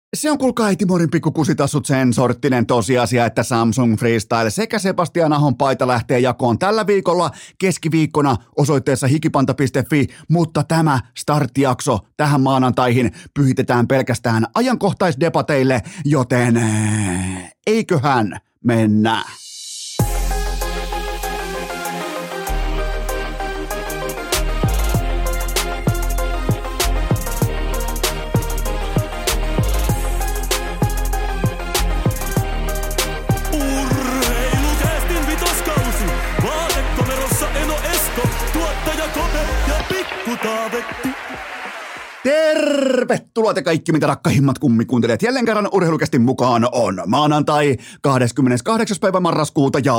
Se on kuulkaa Timorin pikkukusitassut sen sorttinen tosiasia, että Samsung Freestyle sekä Sebastian Ahon paita lähtee jakoon tällä viikolla keskiviikkona osoitteessa hikipanta.fi, mutta tämä starttijakso tähän maanantaihin pyhitetään pelkästään ajankohtaisdebateille, joten eiköhän mennä. Tervetuloa te kaikki, mitä rakkahimmat kummikuuntelijat. Jälleen kerran Urheilukästin mukaan on maanantai 28. päivä marraskuuta ja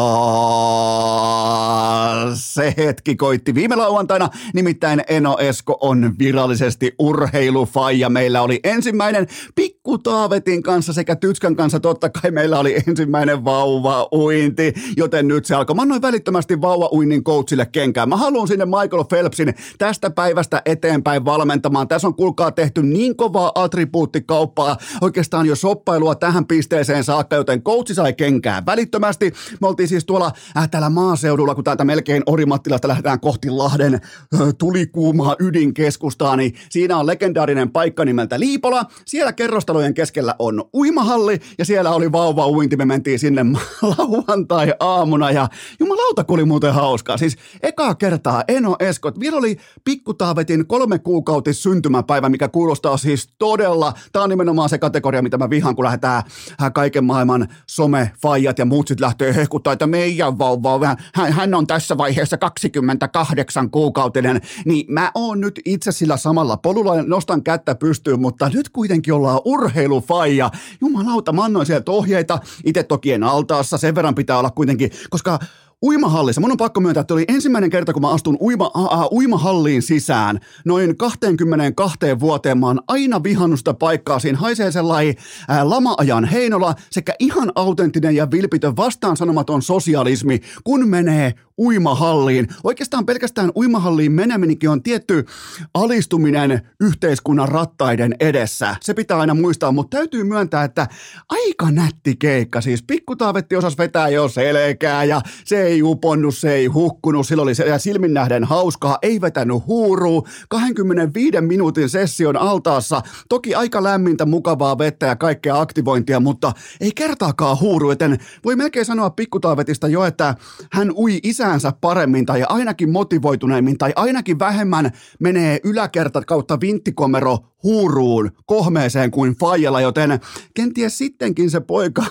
se hetki koitti viime lauantaina. Nimittäin Eno Esko on virallisesti urheilufaija. Meillä oli ensimmäinen Pikku Taavetin kanssa sekä Tytskän kanssa. Totta kai meillä oli ensimmäinen vauva-uinti, joten nyt se alkoi. Mä annoin välittömästi vauva-uinnin coachille kenkään. Mä haluan sinne Michael Phelpsin tästä päivästä eteenpäin valmentamaan. Tässä on kuulkaa tehty niin kovaa attribuuttikauppaa, oikeastaan jo shoppailua tähän pisteeseen saakka, joten coachi sai kenkään välittömästi. Me oltiin siis tuolla täällä maaseudulla, kun täältä melkein Orimattilasta lähdetään kohti Lahden tulikuumaa ydinkeskustaa, niin siinä on legendaarinen paikka nimeltä Liipola. Siellä kerrostalojen keskellä on uimahalli ja siellä oli vauva-uinti. Me mentiin sinne lauantai-aamuna ja jumalauta, kun oli muuten hauskaa. Siis ekaa kertaa Eno Eskot, vielä oli Pikku Taavetin 3 kuukautis syntymäpäivä, mikä kuulostaa siis todella, tää on nimenomaan se kategoria, mitä mä vihaan, kun lähdetään kaiken maailman somefaijat ja muut sit lähtee hehkuttaa, että meidän vauva on hän on tässä vaiheessa 28 kuukautinen, niin mä oon nyt itse sillä samalla polulla ja nostan kättä pystyyn, mutta nyt kuitenkin ollaan urheilufaija. Jumalauta, mä annoin sieltä ohjeita, itse toki en altaassa, sen verran pitää olla kuitenkin, koska uimahallissa. Mun on pakko myöntää, että oli ensimmäinen kerta, kun mä astun uimahalliin sisään. Noin 22 vuoteen mä oon aina vihannut sitä paikkaa. Siinä haisee sellainen lama-ajan Heinola sekä ihan autenttinen ja vilpitön vastaan sanomaton sosialismi, kun menee uimahalliin. Oikeastaan pelkästään uimahalliin meneminenkin on tietty alistuminen yhteiskunnan rattaiden edessä. Se pitää aina muistaa, mutta täytyy myöntää, että aika nätti keikka. Siis Pikku Taavetti osasi vetää jo selkää ja se ei uponnut, se ei hukkunut. Sillä oli silmin nähden hauskaa, ei vetänyt huuruu. 25 minuutin session altaassa. Toki aika lämmintä, mukavaa vettä ja kaikkea aktivointia, mutta ei kertaakaan huuru. Joten voi melkein sanoa Pikku Taavetista jo, että hän ui isäänsä paremmin tai ainakin motivoituneemmin tai ainakin vähemmän menee yläkerta kautta vinttikomero huuruun kohmeeseen kuin faijalla, joten kenties sittenkin se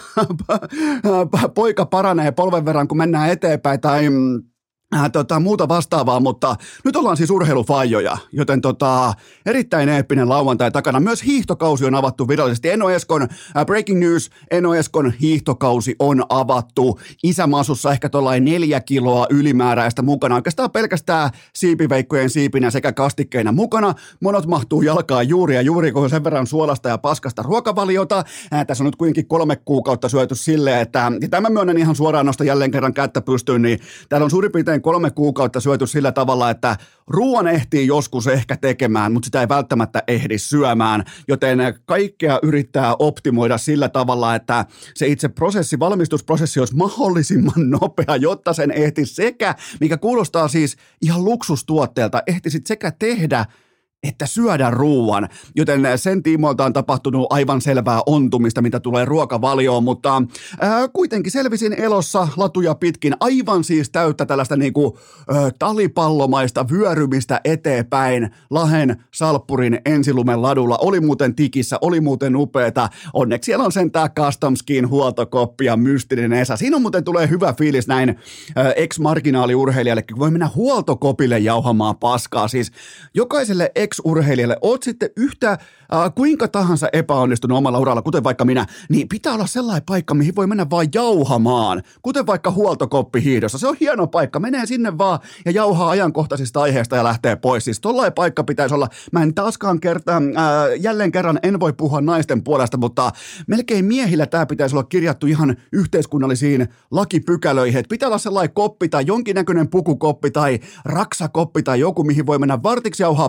poika paranee polven verran, kun mennään eteenpäin tai muuta vastaavaa, mutta nyt ollaan siis urheilufaijoja, joten erittäin eeppinen lauantai takana. Myös hiihtokausi on avattu virallisesti. Eno Eskon breaking news, Eno Eskon hiihtokausi on avattu. Isämasussa ehkä 4 kiloa ylimääräistä mukana. Oikeastaan pelkästään siipiveikkojen siipinä sekä kastikkeina mukana. Monot mahtuu jalkaan juuri, kun sen verran suolasta ja paskasta ruokavaliota. Tässä on nyt kuitenkin 3 kuukautta syöty silleen, että ja tämä myönnän ihan suoraan nosta jälleen kerran kättä pystyyn, niin täällä on suurin piirtein 3 kuukautta syöty sillä tavalla, että ruoan ehtii joskus ehkä tekemään, mutta sitä ei välttämättä ehdi syömään, joten kaikkea yrittää optimoida sillä tavalla, että se itse valmistusprosessi olisi mahdollisimman nopea, jotta sen ehtisi sekä, mikä kuulostaa siis ihan luksustuotteelta, ehtisit sekä tehdä että syödä ruuan, joten sen tiimoilta on tapahtunut aivan selvää ontumista, mitä tulee ruokavalioon, mutta kuitenkin selvisin elossa latuja pitkin, aivan siis täyttä tällaista talipallomaista vyörymistä eteenpäin Lahen Salppurin Ensilumen ladulla, oli muuten tikissä, oli muuten upeeta, onneksi siellä on sentään Custom Skin huoltokoppi ja mystinen Esa, siinä on muuten tulee hyvä fiilis näin ex-marginaaliurheilijalle, kun voi mennä huoltokopille jauhamaan paskaa, siis jokaiselle ex-urheilijalle, oot sitten yhtä kuinka tahansa epäonnistunut omalla uralla, kuten vaikka minä, niin pitää olla sellainen paikka, mihin voi mennä vaan jauhamaan, kuten vaikka huoltokoppihiihdossa. Se on hieno paikka, menee sinne vaan ja jauhaa ajankohtaisista aiheista ja lähtee pois. Siis tollainen paikka pitäisi olla, mä en taaskaan jälleen kerran en voi puhua naisten puolesta, mutta melkein miehillä tämä pitäisi olla kirjattu ihan yhteiskunnallisiin lakipykälöihin, että pitää olla sellainen koppi tai jonkinnäköinen pukukoppi tai raksakoppi tai joku, mihin voi mennä vartiksi jauhaa paskaa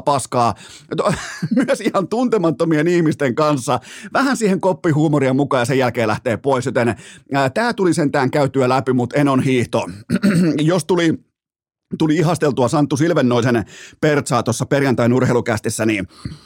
juttua myös ihan tuntemattomien ihmisten kanssa, vähän siihen koppihuumoria mukaan ja sen jälkeen lähtee pois, joten tämä tuli sentään käytyä läpi, mutta Enon hiihto. Jos tuli ihasteltua Santtu Silvennoisen pertsaa tuossa perjantain urheilukästissä, niin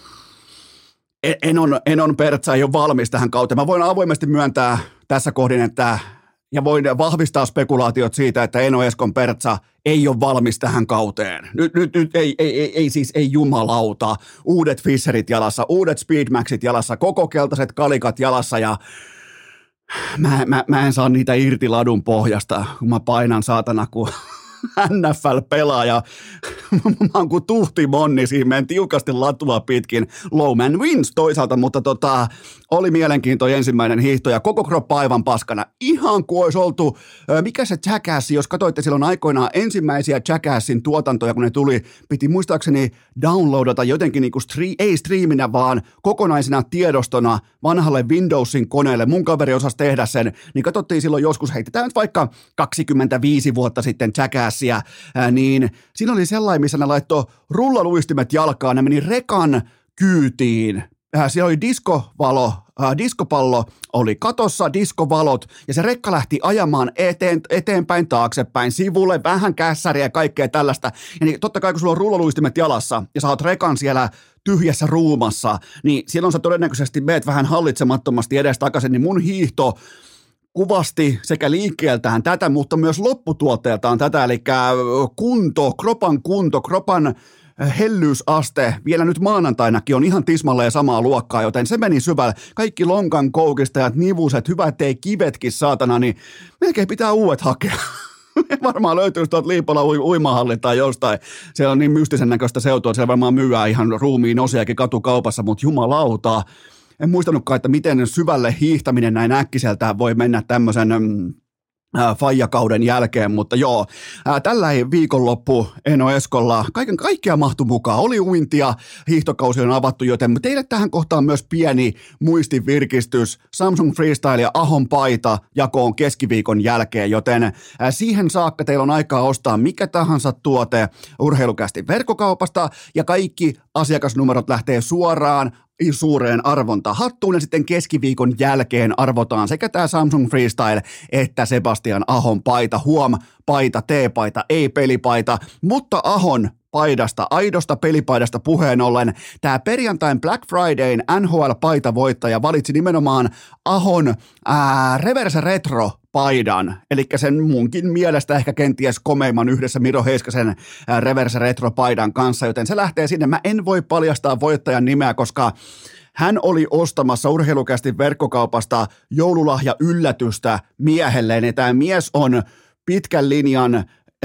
Enon pertsa ei ole valmis tähän kauteen. Mä voin avoimesti myöntää tässä kohdin, että ja voin vahvistaa spekulaatiot siitä, että Eno Eskon pertsa ei ole valmis tähän kauteen. Nyt ei jumalauta. Uudet Fisherit jalassa, uudet Speedmaxit jalassa, koko keltaiset kalikat jalassa ja mä en saa niitä irti ladun pohjasta, kun mä painan saatana kuin NFL-pelaaja. Mä oon kuin tuhtimonni, siihen menen tiukasti latua pitkin. Low man wins toisaalta, mutta oli mielenkiintoinen ensimmäinen hiihto ja koko kroppa aivan paskana. Ihan kuin olisi oltu, mikä se Jackass, jos katsoitte silloin aikoinaan ensimmäisiä Jackassin tuotantoja, kun ne tuli, piti muistaakseni downloadata jotenkin niin kuin ei striiminä, vaan kokonaisena tiedostona vanhalle Windowsin koneelle. Mun kaveri osasi tehdä sen, niin katsottiin silloin joskus, heitetään nyt vaikka 25 vuotta sitten Jackassia, niin siinä oli sellainen, missä ne laittoi rullaluistimet jalkaan, ne meni rekan kyytiin. Siellä oli diskopallo oli katossa, diskovalot, ja se rekka lähti ajamaan eteenpäin, taaksepäin, sivulle, vähän kässäriä ja kaikkea tällaista. Ja niin totta kai, kun sulla on rullaluistimet jalassa, ja sä oot rekan siellä tyhjässä ruumassa, niin silloin sä todennäköisesti meet vähän hallitsemattomasti edestakaisin, niin mun hiihto kuvasti sekä liikkeeltään tätä, mutta myös lopputuotteeltaan tätä, eli kropan hellyysaste vielä nyt maanantainakin on ihan tismalleen samaa luokkaa, joten se meni syvälle. Kaikki lonkan koukistajat, nivuset, hyvä ettei kivetkin saatana, niin melkein pitää uudet hakea. Varmaan löytyy tuolta Liipola uimahalli tai jostain. Siellä on niin mystisen näköistä seutua, että siellä varmaan myyään ihan ruumiin osiakin katukaupassa, mutta jumalauta. En muistanutkaan, että miten syvälle hiihtäminen näin äkkiseltään voi mennä tämmöisen faijakauden jälkeen, mutta joo, tällä viikonloppu Eno Eskolla kaikkea mahtui mukaan. Oli uintia, hiihtokausi on avattu, joten teille tähän kohtaan myös pieni muistivirkistys. Samsung Freestyle ja Ahon paita jakoon keskiviikon jälkeen, joten siihen saakka teillä on aikaa ostaa mikä tahansa tuote Urheilukästin verkkokaupasta ja kaikki asiakasnumerot lähtee suoraan suureen arvontahattuun ja sitten keskiviikon jälkeen arvotaan sekä tämä Samsung Freestyle että Sebastian Ahon paita. Paita, T-paita, ei pelipaita, mutta Ahon paidasta, aidosta pelipaidasta puheen ollen, tämä perjantain Black Fridayn NHL-paitavoittaja valitsi nimenomaan Ahon Reverse Retro paidan, eli sen munkin mielestä ehkä kenties komeimman yhdessä Miro Heiskasen Reverse Retro-paidan kanssa, joten se lähtee sinne. Mä en voi paljastaa voittajan nimeä, koska hän oli ostamassa Urheilukästin verkkokaupasta joululahja-yllätystä miehelleen, ja tämä mies on pitkän linjan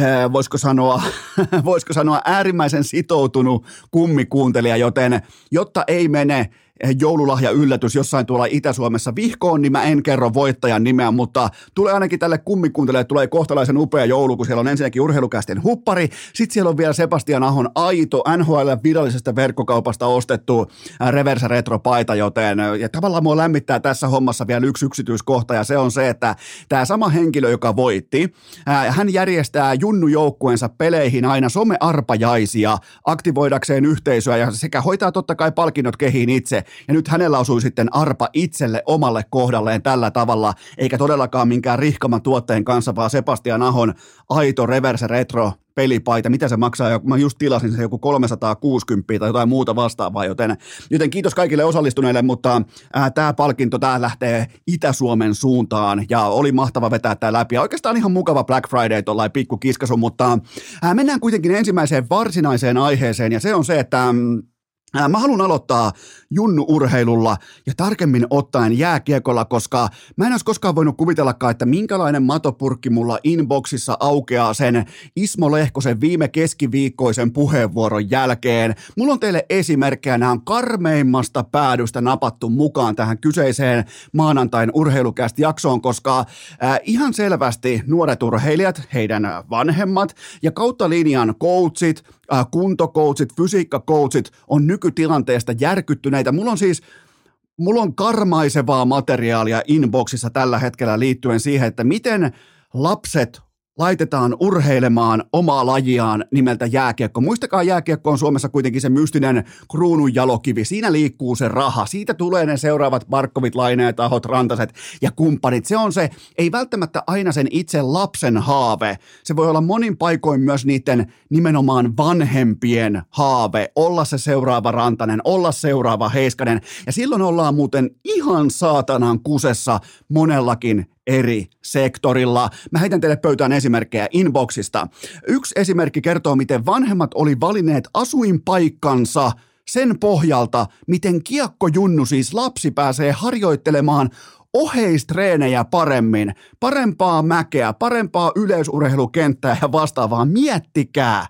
voisiko sanoa äärimmäisen sitoutunut kummikuuntelija, joten jotta ei mene joululahja-yllätys jossain tuolla Itä-Suomessa vihkoon, niin mä en kerro voittajan nimeä, mutta tulee ainakin tälle kummikuuntelijalle, tulee kohtalaisen upea joulu, kun siellä on ensinnäkin Urheilukästin huppari, sitten siellä on vielä Sebastian Ahon aito NHL virallisesta verkkokaupasta ostettu Reverse Retro-paita, joten ja tavallaan mua lämmittää tässä hommassa vielä yksi yksityiskohta, ja se on se, että tämä sama henkilö, joka voitti, hän järjestää junnujoukkueensa peleihin aina somearpajaisia aktivoidakseen yhteisöä, ja sekä hoitaa totta kai palkinnot kehiin itse, ja nyt hänellä osui sitten arpa itselle omalle kohdalleen tällä tavalla, eikä todellakaan minkään rihkaman tuotteen kanssa, vaan Sebastian Ahon aito Reverse Retro pelipaita, mitä se maksaa, mä just tilasin sen joku 360 tai jotain muuta vastaavaa, joten kiitos kaikille osallistuneille, mutta tämä palkinto, tämä lähtee Itä-Suomen suuntaan, ja oli mahtava vetää tämä läpi, ja oikeastaan ihan mukava Black Friday tuollain pikku kiskasu, mutta mennään kuitenkin ensimmäiseen varsinaiseen aiheeseen, ja se on se, että mä haluan aloittaa junnu-urheilulla ja tarkemmin ottaen jääkiekolla, koska mä en olisi koskaan voinut kuvitellakaan, että minkälainen matopurkki mulla inboxissa aukeaa sen Ismo Lehkosen viime keskiviikkoisen puheenvuoron jälkeen. Mulla on teille esimerkkejä, nämä on karmeimmasta päädystä napattu mukaan tähän kyseiseen maanantain Urheilukäst jaksoon, koska ihan selvästi nuoret urheilijat, heidän vanhemmat ja kautta linjan coachit, kuntokoutsit, fysiikkakoutsit on nykytilanteesta järkyttyneitä. Mulla on karmaisevaa materiaalia inboxissa tällä hetkellä liittyen siihen, että miten lapset laitetaan urheilemaan omaa lajiaan nimeltä jääkiekko. Muistakaa, jääkiekko on Suomessa kuitenkin se mystinen kruununjalokivi. Siinä liikkuu se raha. Siitä tulee ne seuraavat Barkovit, Laineet, Ahot, Rantaset ja kumppanit. Se on se, ei välttämättä aina sen itse lapsen haave. Se voi olla monin paikoin myös niiden nimenomaan vanhempien haave. Olla se seuraava Rantanen, olla seuraava Heiskanen. Ja silloin ollaan muuten ihan saatanan kusessa monellakin eri sektorilla. Mä heitän teille pöytään esimerkkejä inboxista. Yksi esimerkki kertoo, miten vanhemmat oli valinneet asuinpaikkansa sen pohjalta, miten kiekkojunnu, siis lapsi, pääsee harjoittelemaan oheistreenejä paremmin, parempaa mäkeä, parempaa yleisurheilukenttää ja vastaavaa. Miettikää.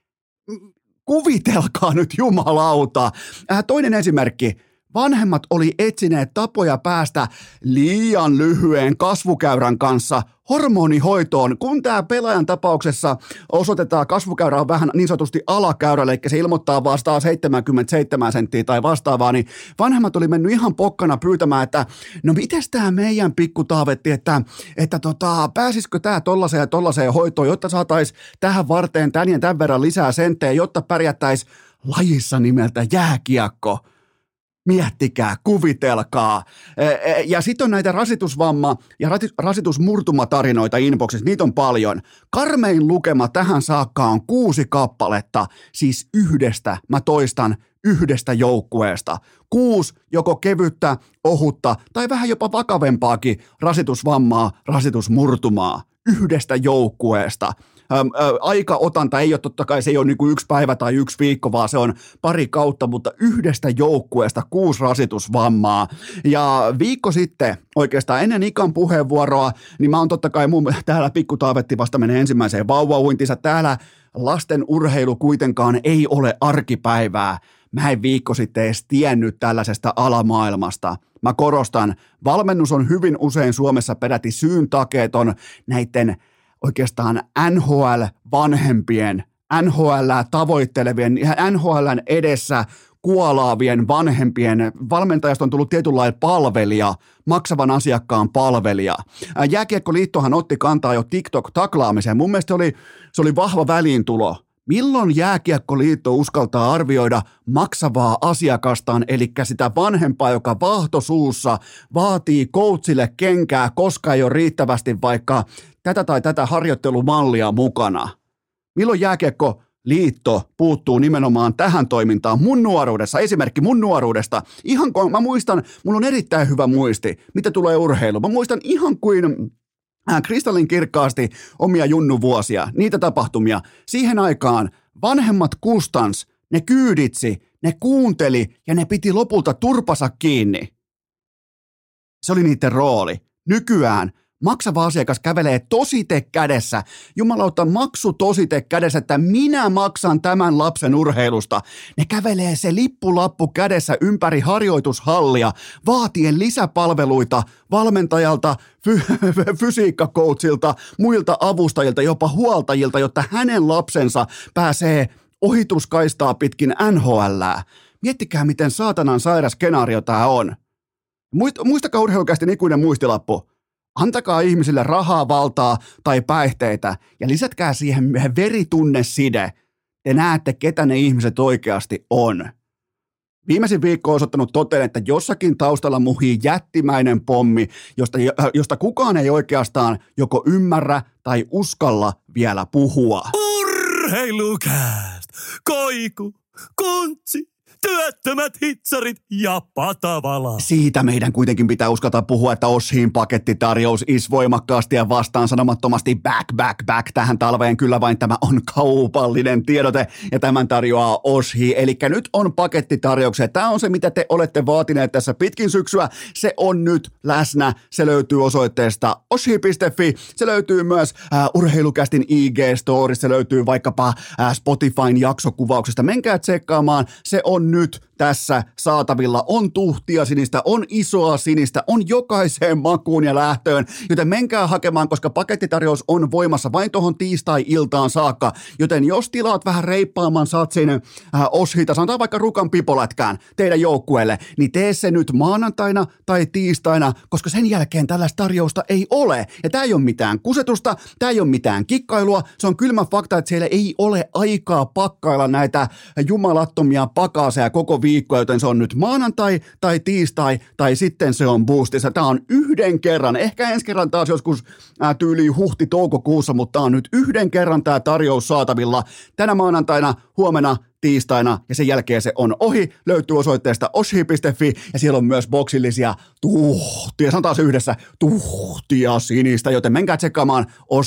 Kuvitelkaa nyt jumalauta. Toinen esimerkki. Vanhemmat oli etsineet tapoja päästä liian lyhyen kasvukäyrän kanssa hormonihoitoon, kun tämä pelaajan tapauksessa osoitetaan kasvukäyrä on vähän niin sanotusti alakäyrällä, eli se ilmoittaa vastaan 77 senttiä tai vastaavaa, niin vanhemmat oli mennyt ihan pokkana pyytämään, että no mites tämä meidän pikku Taavetti, että pääsisikö tämä tollaiseen ja tollaiseen hoitoon, jotta saataisiin tähän varteen tän ja tämän verran lisää senttejä, jotta pärjättäisiin lajissa nimeltä jääkiekko. Miettikää, kuvitelkaa. Ja sitten on näitä rasitusvamma- ja rasitusmurtumatarinoita inboxissa, niitä on paljon. Karmein lukema tähän saakka on 6 kappaletta, siis yhdestä joukkueesta. 6 joko kevyttä, ohutta tai vähän jopa vakavempaakin rasitusvammaa, rasitusmurtumaa. Yhdestä joukkueesta. Aikaotanta ei ole totta kai, se ei ole niin kuin 1 päivä tai 1 viikko, vaan se on pari kautta, mutta yhdestä joukkueesta 6 rasitusvammaa. Ja viikko sitten, oikeastaan ennen Ikan puheenvuoroa, niin mä oon totta kai täällä pikku Taavetti vasta menee ensimmäiseen vauvauintinsa. Täällä lasten urheilu kuitenkaan ei ole arkipäivää. Mä en viikko sitten edes tiennyt tällaisesta alamaailmasta. Mä korostan, valmennus on hyvin usein Suomessa peräti syyntakeeton näiden oikeastaan NHL-vanhempien, NHL:ää tavoittelevien, NHL:n edessä kuolaavien vanhempien, valmentajasta on tullut tietynlainen palvelija, maksavan asiakkaan palvelija. Jääkiekkoliittohan otti kantaa jo TikTok-taklaamiseen. Mun mielestä se oli vahva väliintulo. Milloin Jääkiekkoliitto uskaltaa arvioida maksavaa asiakastaan, eli sitä vanhempaa, joka vaahtosuussa vaatii coachille kenkää, koska ei ole riittävästi vaikka tätä tai tätä harjoittelumallia mukana? Milloin Jääkiekkoliitto puuttuu nimenomaan tähän toimintaan mun nuoruudessa? Esimerkki mun nuoruudesta. Ihan kun mä muistan, mulla on erittäin hyvä muisti, mitä tulee urheiluun. Mä muistan ihan kuin kristallin kirkkaasti omia junnuvuosia, niitä tapahtumia. Siihen aikaan vanhemmat kustans, ne kyyditsi, ne kuunteli ja ne piti lopulta turpansa kiinni. Se oli niiden rooli. Nykyään maksava asiakas kävelee tosite kädessä. Jumalauta, maksu tosite kädessä, että minä maksan tämän lapsen urheilusta. Ne kävelee se lippulappu kädessä ympäri harjoitushallia, vaatien lisäpalveluita valmentajalta, fysiikkakoutsilta, muilta avustajilta, jopa huoltajilta, jotta hänen lapsensa pääsee ohituskaistaa pitkin NHL:ää. Miettikää, miten saatanan sairas skenaario tämä on. Muistakaa urheilukästin ikuinen muistilappu. Antakaa ihmisille rahaa, valtaa tai päihteitä ja lisätkää siihen veritunneside. Te näette, ketä ne ihmiset oikeasti on. Viimeisin viikko on osoittanut toteen, että jossakin taustalla muhii jättimäinen pommi, josta kukaan ei oikeastaan joko ymmärrä tai uskalla vielä puhua. Urheilukääst! Koiku! Kuntsi! Työttömät hitsarit ja Patavala. Siitä meidän kuitenkin pitää uskaltaa puhua, että Oshin pakettitarjous is voimakkaasti ja vastaan sanomattomasti back tähän talveen. Kyllä vain tämä on kaupallinen tiedote ja tämän tarjoaa Oshi. Eli nyt on pakettitarjouksia. Tämä on se, mitä te olette vaatineet tässä pitkin syksyä. Se on nyt läsnä. Se löytyy osoitteesta oshi.fi. Se löytyy myös Urheilukästin IG-story. Se löytyy vaikkapa Spotifyn jaksokuvauksesta. Menkää tsekkaamaan. Se on nyt tässä saatavilla. On tuhtia sinistä, on isoa sinistä, on jokaiseen makuun ja lähtöön, joten menkää hakemaan, koska pakettitarjous on voimassa vain tuohon tiistai-iltaan saakka, joten jos tilaat vähän reippaamaan, saat sinne oshita, sanotaan vaikka rukan pipolätkään teidän joukkueelle, niin tee se nyt maanantaina tai tiistaina, koska sen jälkeen tällaista tarjousta ei ole. Ja tää ei ole mitään kusetusta, tää ei ole mitään kikkailua, se on kylmä fakta, että siellä ei ole aikaa pakkailla näitä jumalattomia pakaseja koko viikko, joten se on nyt maanantai tai tiistai tai sitten se on boostissa. Tää on yhden kerran, ehkä ensi kerran taas joskus tyyliin huhti-toukokuussa, mutta tää on nyt yhden kerran tää tarjous saatavilla tänä maanantaina, huomenna, tiistaina ja sen jälkeen se on ohi. Löytyy osoitteesta oshi.fi ja siellä on myös boksillisia tuhtia, sanotaan se yhdessä, tuhtia sinistä, joten menkää tsekkaamaan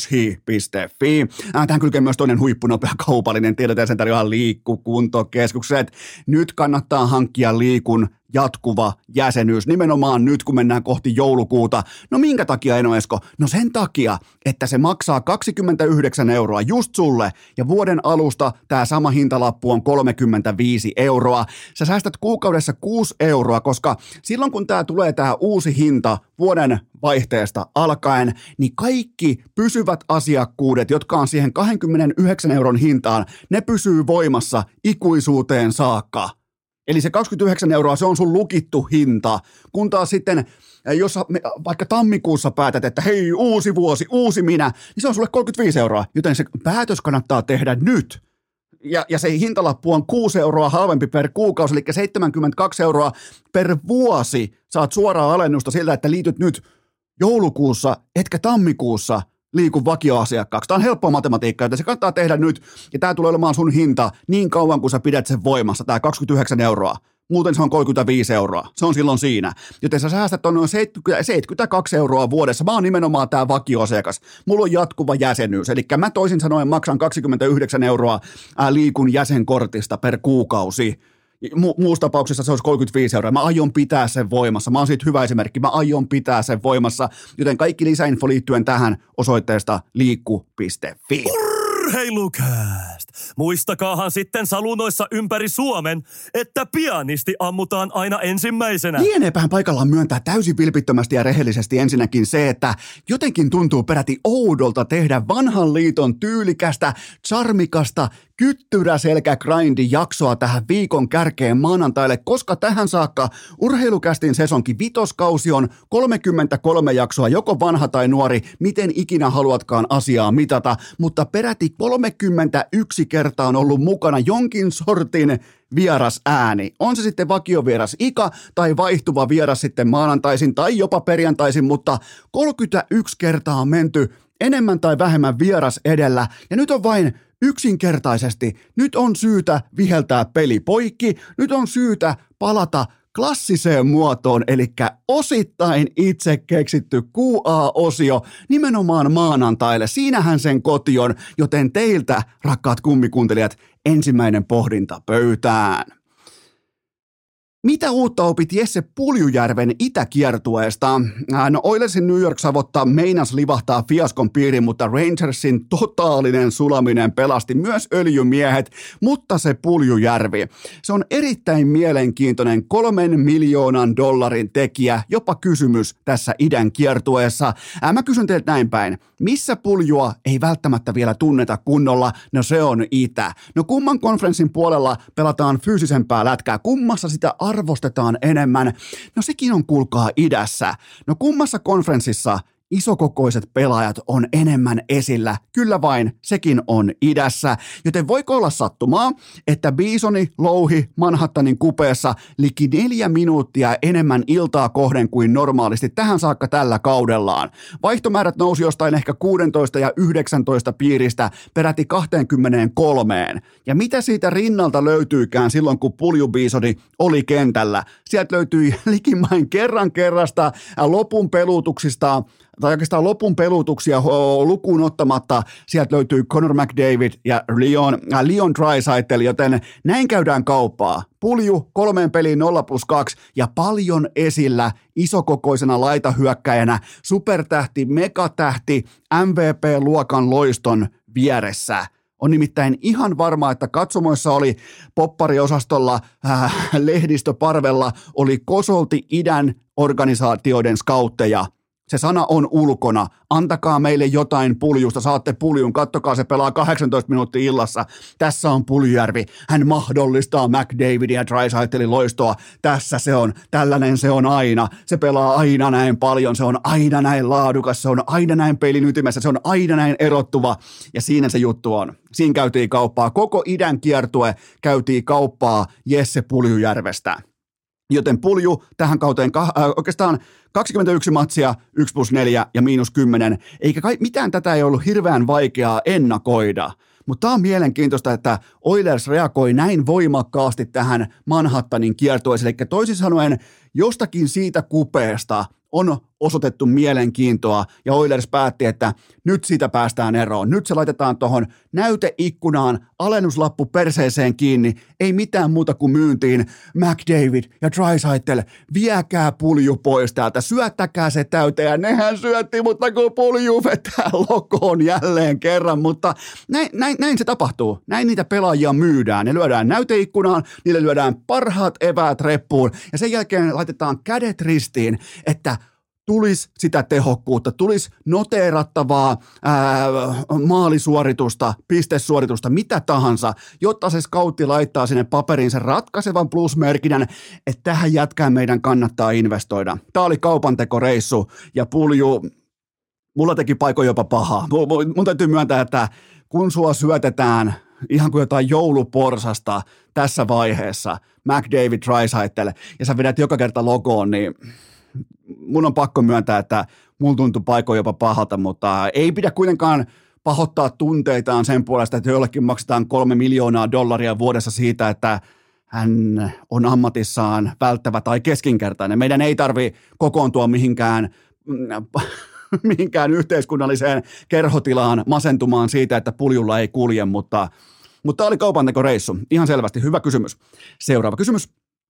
oshi.fi. Tähän kylkee myös toinen huippunopea kaupallinen tiedot ja sen tarjoaa Liikkukuntokeskukset. Nyt kannattaa hankkia Liikun jatkuva jäsenyys, nimenomaan nyt kun mennään kohti joulukuuta. No minkä takia, Eno Esko? No sen takia, että se maksaa 29 € just sulle ja vuoden alusta tämä sama hintalappu on 35 €. Sä säästät kuukaudessa 6 €, koska silloin kun tämä tulee tämä uusi hinta vuoden vaihteesta alkaen, niin kaikki pysyvät asiakkuudet, jotka on siihen 29 € hintaan, ne pysyy voimassa ikuisuuteen saakka. Eli se 29 €, se on sun lukittu hinta, kun taas sitten, jos vaikka tammikuussa päätät, että hei, uusi vuosi, uusi minä, niin se on sulle 35 €, joten se päätös kannattaa tehdä nyt. Ja se hintalappu on 6 € halvempi per kuukausi, eli 72 € per vuosi saat suoraa alennusta sillä, että liityt nyt joulukuussa, etkä tammikuussa Liikun vakioasiakkaaksi. Tämä on helppoa matematiikkaa, joten se kannattaa tehdä nyt, ja tämä tulee olemaan sun hinta niin kauan, kun sä pidät sen voimassa, tämä 29 €. Muuten se on 35 €. Se on silloin siinä. Joten sä säästät on noin 72 € vuodessa. Mä oon nimenomaan tää vakioasiakas. Mulla on jatkuva jäsenyys. Eli mä toisin sanoen maksan 29 € Liikun jäsenkortista per kuukausi. Muussa tapauksessa se olisi 35 €. Mä aion pitää sen voimassa. Mä oon siitä hyvä esimerkki. Mä aion pitää sen voimassa. Joten kaikki lisäinfo liittyen tähän osoitteesta liikku.fi. Urheilukääst! Muistakaahan sitten salunoissa ympäri Suomen, että pianisti ammutaan aina ensimmäisenä. Lieneepähän paikallaan myöntää täysin vilpittömästi ja rehellisesti ensinnäkin se, että jotenkin tuntuu peräti oudolta tehdä vanhan liiton tyylikästä, charmikasta, kyttyräselkä-grindi-jaksoa tähän viikon kärkeen maanantaille, koska tähän saakka Urheilukästin sesonkin vitoskausi on 33 jaksoa, joko vanha tai nuori, miten ikinä haluatkaan asiaa mitata, mutta peräti 31 kertaa on ollut mukana jonkin sortin vieras ääni. On se sitten vakiovieras Ika tai vaihtuva vieras sitten maanantaisin tai jopa perjantaisin, mutta 31 kertaa on menty enemmän tai vähemmän vieras edellä ja nyt on vain yksinkertaisesti, nyt on syytä viheltää peli poikki, nyt on syytä palata klassiseen muotoon, eli osittain itse keksitty QA-osio nimenomaan maanantaille. Siinähän sen koti on, joten teiltä, rakkaat kummikuuntelijat, ensimmäinen pohdinta pöytään. Mitä uutta opit Jesse Puljujärven itäkiertueesta? No Oilersin New York Savotta meinas livahtaa fiaskon piiriin, mutta Rangersin totaalinen sulaminen pelasti myös öljymiehet, mutta se Puljujärvi. Se on erittäin mielenkiintoinen $3 miljoonan tekijä, jopa kysymys tässä idän kiertueessa. Mä kysyn teiltä näin päin. Missä Puljua ei välttämättä vielä tunneta kunnolla? No se on itä. No kumman konferenssin puolella pelataan fyysisempää lätkää? Kummassa sitä arvostetaan enemmän? No sekin on kuulkaa idässä. No kummassa konferenssissa isokokoiset pelaajat on enemmän esillä? Kyllä vain, sekin on idässä. Joten voiko olla sattumaa, että Bisoni louhi Manhattanin kupeessa liki 4 minuuttia enemmän iltaa kohden kuin normaalisti tähän saakka tällä kaudellaan. Vaihtomäärät nousi jostain ehkä 16 ja 19 piiristä peräti 23. Ja mitä siitä rinnalta löytyykään silloin, kun Pulju Bisoni oli kentällä? Sieltä löytyi likimain kerrasta lopun pelutuksista, tai oikeastaan lopun pelutuksia lukuun ottamatta, sieltä löytyy Connor McDavid ja Leon Draisaitl, joten näin käydään kauppaa. Pulju 3 peliin 0+2 ja paljon esillä isokokoisena laitahyökkäjänä, supertähti, megatähti, MVP-luokan loiston vieressä. On nimittäin ihan varma, että katsomoissa oli poppariosastolla, lehdistöparvella oli kosolti idän organisaatioiden skautteja. Se sana on ulkona. Antakaa meille jotain Puljusta. Saatte Puljun. Kattokaa, se pelaa 18 minuuttia illassa. Tässä on Puljujärvi. Hän mahdollistaa McDavidin ja Draisaitlin loistoa. Tässä se on. Tällainen se on aina. Se pelaa aina näin paljon. Se on aina näin laadukas. Se on aina näin pelin ytimessä. Se on aina näin erottuva. Ja siinä se juttu on. Siinä käytiin kauppaa. Koko idän kiertue käytiin kauppaa Jesse Puljujärvestä. Joten Pulju tähän kauteen oikeastaan 21 matsia, 1+4 ja -10, eikä mitään tätä ei ollut hirveän vaikeaa ennakoida. Mutta tämä on mielenkiintoista, että Oilers reagoi näin voimakkaasti tähän Manhattanin kiertueeseen, eli toisin sanoen jostakin siitä kupeesta on osoitettu mielenkiintoa ja Oilers päätti, että nyt siitä päästään eroon. Nyt se laitetaan tuohon näyteikkunaan, alennuslappu perseeseen kiinni, ei mitään muuta kuin myyntiin. McDavid ja Draisaitl, viekää Pulju pois täältä, syöttäkää se täyteen ja nehän syötti, mutta kun Pulju vetää lokoon jälleen kerran, mutta näin se tapahtuu. Näin niitä pelaajia myydään. Ne lyödään näyteikkunaan, niille lyödään parhaat eväät reppuun ja sen jälkeen laitetaan kädet ristiin, että tulisi sitä tehokkuutta, tulisi noteerattavaa maalisuoritusta, pistesuoritusta, mitä tahansa, jotta se scoutti laittaa sinne paperiin sen ratkaisevan plusmerkinnän, että tähän jätkään meidän kannattaa investoida. Tämä oli kaupantekoreissu ja Pulju, mulla teki paikoin jopa pahaa. Mun täytyy myöntää, että kun sua syötetään ihan kuin jotain jouluporsasta tässä vaiheessa, McDavid, Draisaitl, ja sä vedät joka kerta logoon, niin mun on pakko myöntää, että mulla tuntui paikoin jopa pahalta, mutta ei pidä kuitenkaan pahoittaa tunteitaan sen puolesta, että jollekin maksetaan $3 miljoonaa vuodessa siitä, että hän on ammatissaan välttävä tai keskinkertainen. Meidän ei tarvitse kokoontua mihinkään yhteiskunnalliseen kerhotilaan masentumaan siitä, että Puljulla ei kulje, mutta tämä oli kaupantekoreissu. Ihan selvästi. Hyvä kysymys. Seuraava kysymys.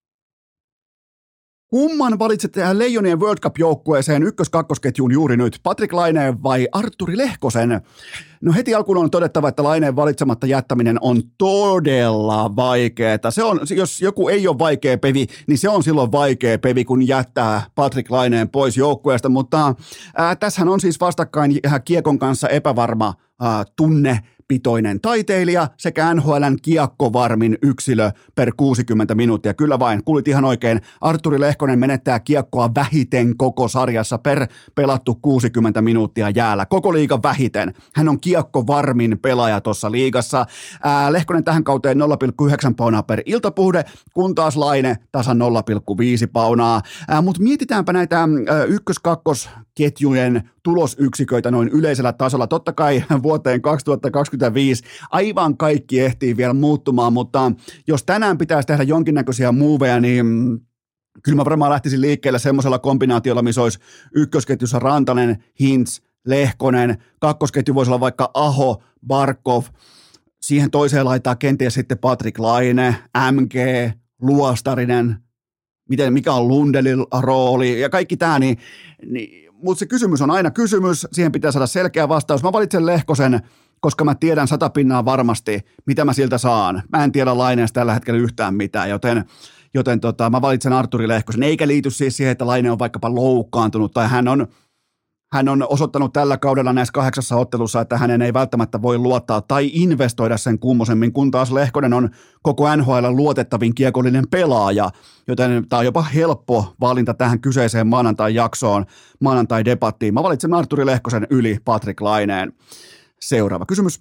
Kumman valitset Leijonien World Cup-joukkueeseen ykkös-kakkosketjuun juuri nyt? Patrik Laine vai Artturi Lehkosen? No heti alkuun on todettava, että Laineen valitsematta jättäminen on todella vaikeaa. Se on, jos joku ei ole vaikea pevi, niin se on silloin vaikea pevi, kun jättää Patrik Laineen pois joukkueesta. Mutta tässähän on siis vastakkain kiekon kanssa epävarma tunnepitoinen taiteilija sekä NHL:n kiekkovarmin yksilö per 60 minuuttia. Kyllä vain, kuulit ihan oikein. Artturi Lehkonen menettää kiekkoa vähiten koko sarjassa per pelattu 60 minuuttia jäällä. Koko liigan vähiten. Hän on kiekkovarmin pelaaja tuossa liigassa. Lehkonen tähän kauteen 0,9 paunaa per iltapuhde, kun taas Laine tasan 0,5 paunaa. Mutta mietitäänpä näitä ykkös-kakkosketjujen tulosyksiköitä noin yleisellä tasolla. Totta kai vuoteen 2025 aivan kaikki ehtii vielä muuttumaan, mutta jos tänään pitäisi tehdä jonkinnäköisiä moveja, niin kyllä mä varmaan lähtisin liikkeelle semmoisella kombinaatiolla, missä olisi ykkösketjussa Rantanen, Hintz, Lehkonen, kakkosketju voisi olla vaikka Aho, Barkov, siihen toiseen laittaa kenties sitten Patrik Laine, MG, Luostarinen, mikä on Lundelin rooli ja kaikki tämä, mutta se kysymys on aina kysymys, siihen pitää saada selkeä vastaus. Mä valitsen Lehkosen, koska mä tiedän 100% varmasti, mitä mä siltä saan. Mä en tiedä Laineesta tällä hetkellä yhtään mitään, joten mä valitsen Artturi Lehkosen, eikä liity siis siihen, että Laine on vaikkapa loukkaantunut tai hän on osoittanut tällä kaudella näissä 8 ottelussa, että hänen ei välttämättä voi luottaa tai investoida sen kummosemmin, kun taas Lehkonen on koko NHL luotettavin kiekollinen pelaaja, joten tämä on jopa helppo valinta tähän kyseiseen maanantai-jaksoon, maanantai-debattiin. Mä valitsen Artturi Lehkosen yli Patrik Laineen. Seuraava kysymys.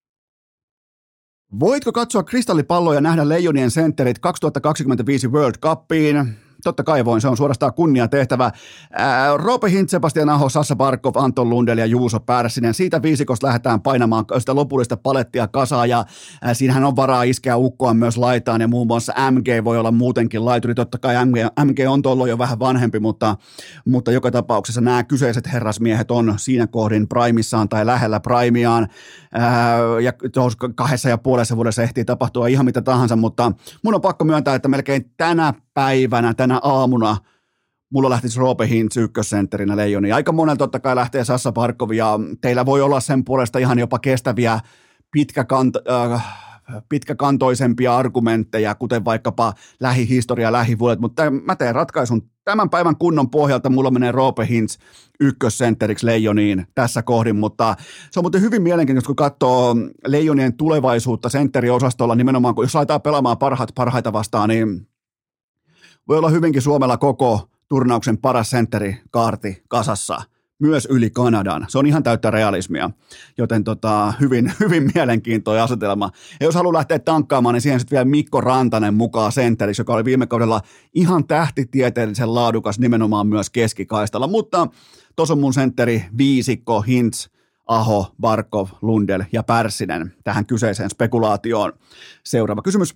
Voitko katsoa kristallipalloa ja nähdä Leijonien sentterit 2025 World Cupiin? Totta kai voin, se on suorastaan kunniatehtävä. Roope Hintz, Sebastian Aho, Sassa Barkov, Anton Lundell ja Juuso Pärssinen. Siitä viisikosta lähdetään painamaan sitä lopullista palettia kasaan ja siinähän on varaa iskeä ukkoa myös laitaan ja muun muassa MG voi olla muutenkin laituri. Totta kai MG on tuolloin jo vähän vanhempi, mutta joka tapauksessa nämä kyseiset herrasmiehet on siinä kohdin primissaan tai lähellä primiaan ja tuossa 2,5 vuodessa ehtii tapahtua ihan mitä tahansa, mutta mun on pakko myöntää, että melkein tänä aamuna mulla lähtisi Roope Hintz ykkössentterinä Leijoniin. Aika monella totta kai lähtee Sassa Barkov ja teillä voi olla sen puolesta ihan jopa kestäviä pitkäkantoisempia argumentteja, kuten vaikkapa lähihistoria, lähivuodet, mutta mä teen ratkaisun tämän päivän kunnon pohjalta. Mulla menee Roope Hintz ykkössentteriksi Leijoniin tässä kohdin, mutta se on muuten hyvin mielenkiintoista, kun katsoo Leijonien tulevaisuutta sentteriosastolla, nimenomaan kun jos laitetaan pelaamaan parhaita vastaan, niin voi olla hyvinkin Suomella koko turnauksen paras sentterikaarti kasassa, myös yli Kanadan. Se on ihan täyttä realismia, joten hyvin mielenkiintoinen asetelma. Ja jos haluaa lähteä tankkaamaan, niin siihen sitten vielä Mikko Rantanen mukaan sentteriksi, joka oli viime kaudella ihan tähtitieteellisen laadukas nimenomaan myös keskikaistalla. Mutta tuossa on mun sentteri viisikko, Hintz, Aho, Barkov, Lundell ja Pärssinen tähän kyseiseen spekulaatioon. Seuraava kysymys.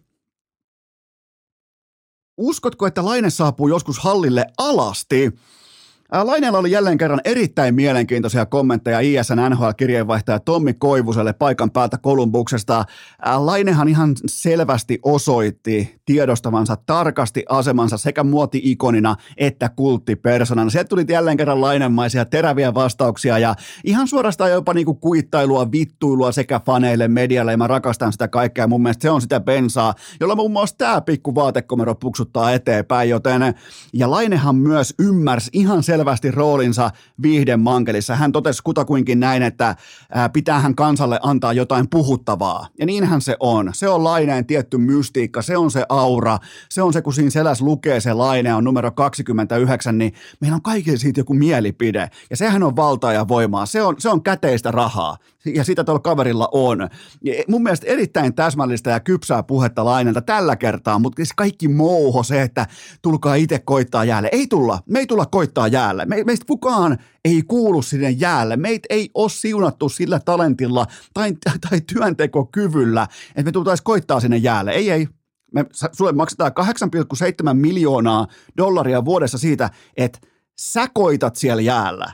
Uskotko, että Laine saapuu joskus hallille alasti? Laineella oli jälleen kerran erittäin mielenkiintoisia kommentteja ISN NHL-kirjeenvaihtaja Tommi Koivuselle paikan päältä Columbuksesta. Lainehan ihan selvästi osoitti tiedostavansa tarkasti asemansa sekä muoti-ikonina että kulttipersonana. Sieltä tuli jälleen kerran lainemaisia teräviä vastauksia ja ihan suorastaan jopa niinku kuittailua, vittuilua sekä faneille, medialle, ja mä rakastan sitä kaikkea. Mun mielestä se on sitä bensaa, jolla muun muassa tämä pikku vaatekomero puksuttaa eteenpäin, ja Lainehan myös ymmärsi ihan selvästi roolinsa viihdemankelissa. Hän totesi kutakuinkin näin, että pitäähän kansalle antaa jotain puhuttavaa. Ja niinhän se on. Se on Laineen tietty mystiikka, se on se aura, se on se, kun siinä selässä lukee se Laine on numero 29, niin meillä on kaikille siitä joku mielipide. Ja sehän on valtaa ja voimaa. Se on käteistä rahaa. Ja sitä tuolla kaverilla on. Ja mun mielestä erittäin täsmällistä ja kypsää puhetta Lainelta tällä kertaa, mutta kaikki mouho se, että tulkaa itse koittaa jäälle. Me ei tulla koittaa jäälle. Meistä kukaan ei kuulu sinne jäälle. Meitä ei ole siunattu sillä talentilla tai työntekokyvyllä, että me tultaisiin koittaa sinne jäälle. Ei. Sulle maksetaan $8,7 miljoonaa vuodessa siitä, että sä koitat siellä jäällä.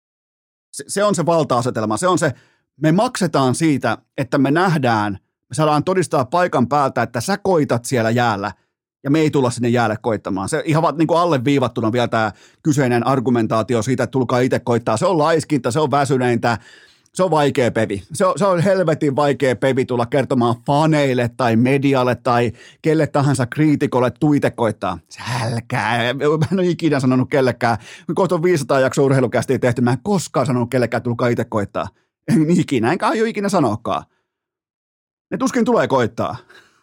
Se on se valta-asetelma. Se on se, me maksetaan siitä, että me nähdään, me saadaan todistaa paikan päältä, että sä koitat siellä jäällä. Ja me ei tulla sinne jäälle koittamaan. Se ihan niin kuin alleviivattuna vielä tämä kyseinen argumentaatio siitä, että tulkaa itse koittaa. Se on laiskinta, se on väsyneintä, se on vaikea pevi. Se on helvetin vaikea pevi tulla kertomaan faneille tai medialle tai kelle tahansa kriitikolle, tuu itse koittaa. Älkää, mä en ole ikinä sanonut kellekään. Kohta on 500 jaksoa urheilukästiä tehty, mä en koskaan sanonut kellekään, tulkaa itse koittaa. En ikinä, enkä aio ikinä sanoakaan. Ne tuskin tulee koittaa.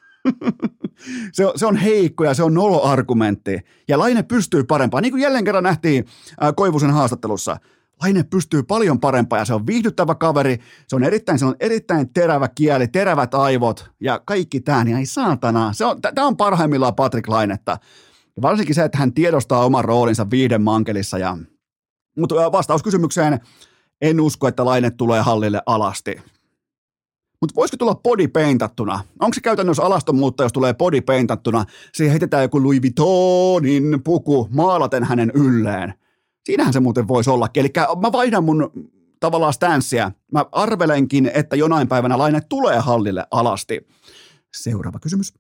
Se on heikko ja se on nolo-argumentti. Ja Laine pystyy parempaan. Niin kuin jälleen kerran nähtiin Koivusen haastattelussa. Laine pystyy paljon parempaan ja se on viihdyttävä kaveri. Se on erittäin terävä kieli, terävät aivot ja kaikki tämä. Niin ei saatana. Tämä on parhaimmillaan Patrik Lainetta. Ja varsinkin se, että hän tiedostaa oman roolinsa viihdemankelissa. Mutta vastaus kysymykseen, en usko, että Laine tulee hallille alasti. Mutta voisiko tulla body paintattuna? Onko se käytännössä alastonmuutta, jos tulee body paintattuna? Siihen heitetään joku Louis Vuittonin puku maalaten hänen ylleen. Siinähän se muuten voisi ollakin. Eli mä vaihdan mun tavallaan stanssiä. Mä arvelenkin, että jonain päivänä Laine tulee hallille alasti. Seuraava kysymys.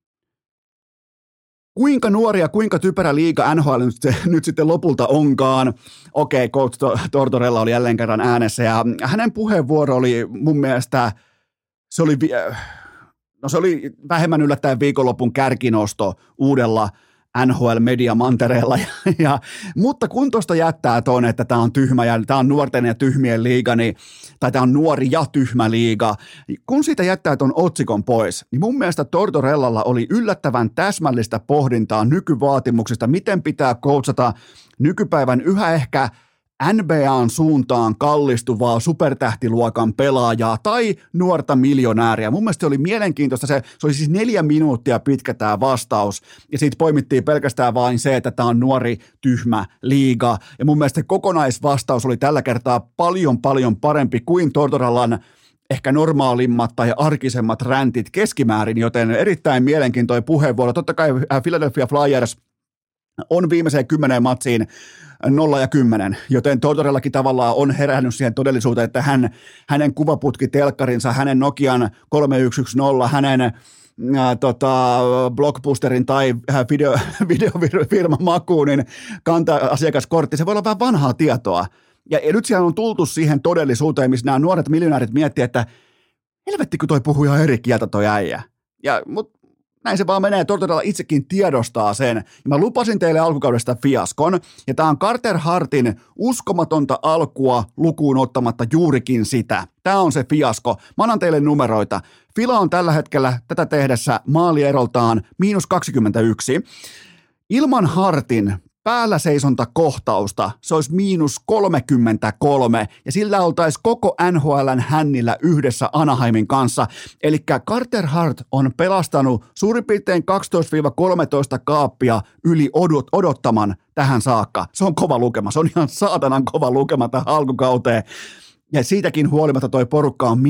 Kuinka nuori ja kuinka typerä liiga NHL nyt sitten lopulta onkaan? Okei, coach Tortorella oli jälleen kerran äänessä ja hänen puheenvuoro oli mun mielestä... Se oli vähemmän yllättäen viikonlopun kärkinosto uudella NHL-mediamantereella, mutta kun tuosta jättää tuonne, että tämä on tyhmä ja tämä on nuorten ja tyhmien liiga, tai tämä on nuori ja tyhmä liiga, kun siitä jättää tuon otsikon pois, niin mun mielestä Tortorellalla oli yllättävän täsmällistä pohdintaa nykyvaatimuksista, miten pitää coachata nykypäivän yhä ehkä NBA:n suuntaan kallistuvaa supertähtiluokan pelaajaa tai nuorta miljonääriä. Mun mielestä se oli mielenkiintoista. Se oli siis 4 minuuttia pitkä tämä vastaus ja siitä poimittiin pelkästään vain se, että tämä on nuori, tyhmä liiga. Ja mun mielestä se kokonaisvastaus oli tällä kertaa paljon parempi kuin Tortorellan ehkä normaalimmat tai arkisemmat räntit keskimäärin, joten erittäin mielenkiintoinen puheenvuoro. Totta kai Philadelphia Flyers on viimeiseen 10 matsiin 0 ja 10, joten Tortorellakin tavallaan on herännyt siihen todellisuuteen, että hänen kuvaputkitelkkarinsa, hänen Nokian 3110, hänen Blockbusterin tai videofirman Makuunin kanta-asiakaskortti, se voi olla vähän vanhaa tietoa. Ja nyt siellä on tultu siihen todellisuuteen, missä nämä nuoret miljonäärit miettii, että helvetti kun toi puhuu ihan eri kieltä toi äijä. Mut näin se vaan menee, Tortorella itsekin tiedostaa sen. Ja mä lupasin teille alkukaudesta fiaskon, ja tää on Carter Hartin uskomatonta alkua lukuun ottamatta juurikin sitä. Tää on se fiasko. Mä annan teille numeroita. Fila on tällä hetkellä tätä tehdessä maalieroltaan -21. Ilman Hartin päällä seisonta kohtausta, se olisi -33, ja sillä oltaisiin koko NHL:n hännillä yhdessä Anaheimin kanssa. Eli Carter Hart on pelastanut suurin piirtein 12-13 kaappia yli odottaman tähän saakka. Se on kova lukema, se on ihan saatanan kova lukema tähän alkukauteen. Ja siitäkin huolimatta toi porukka on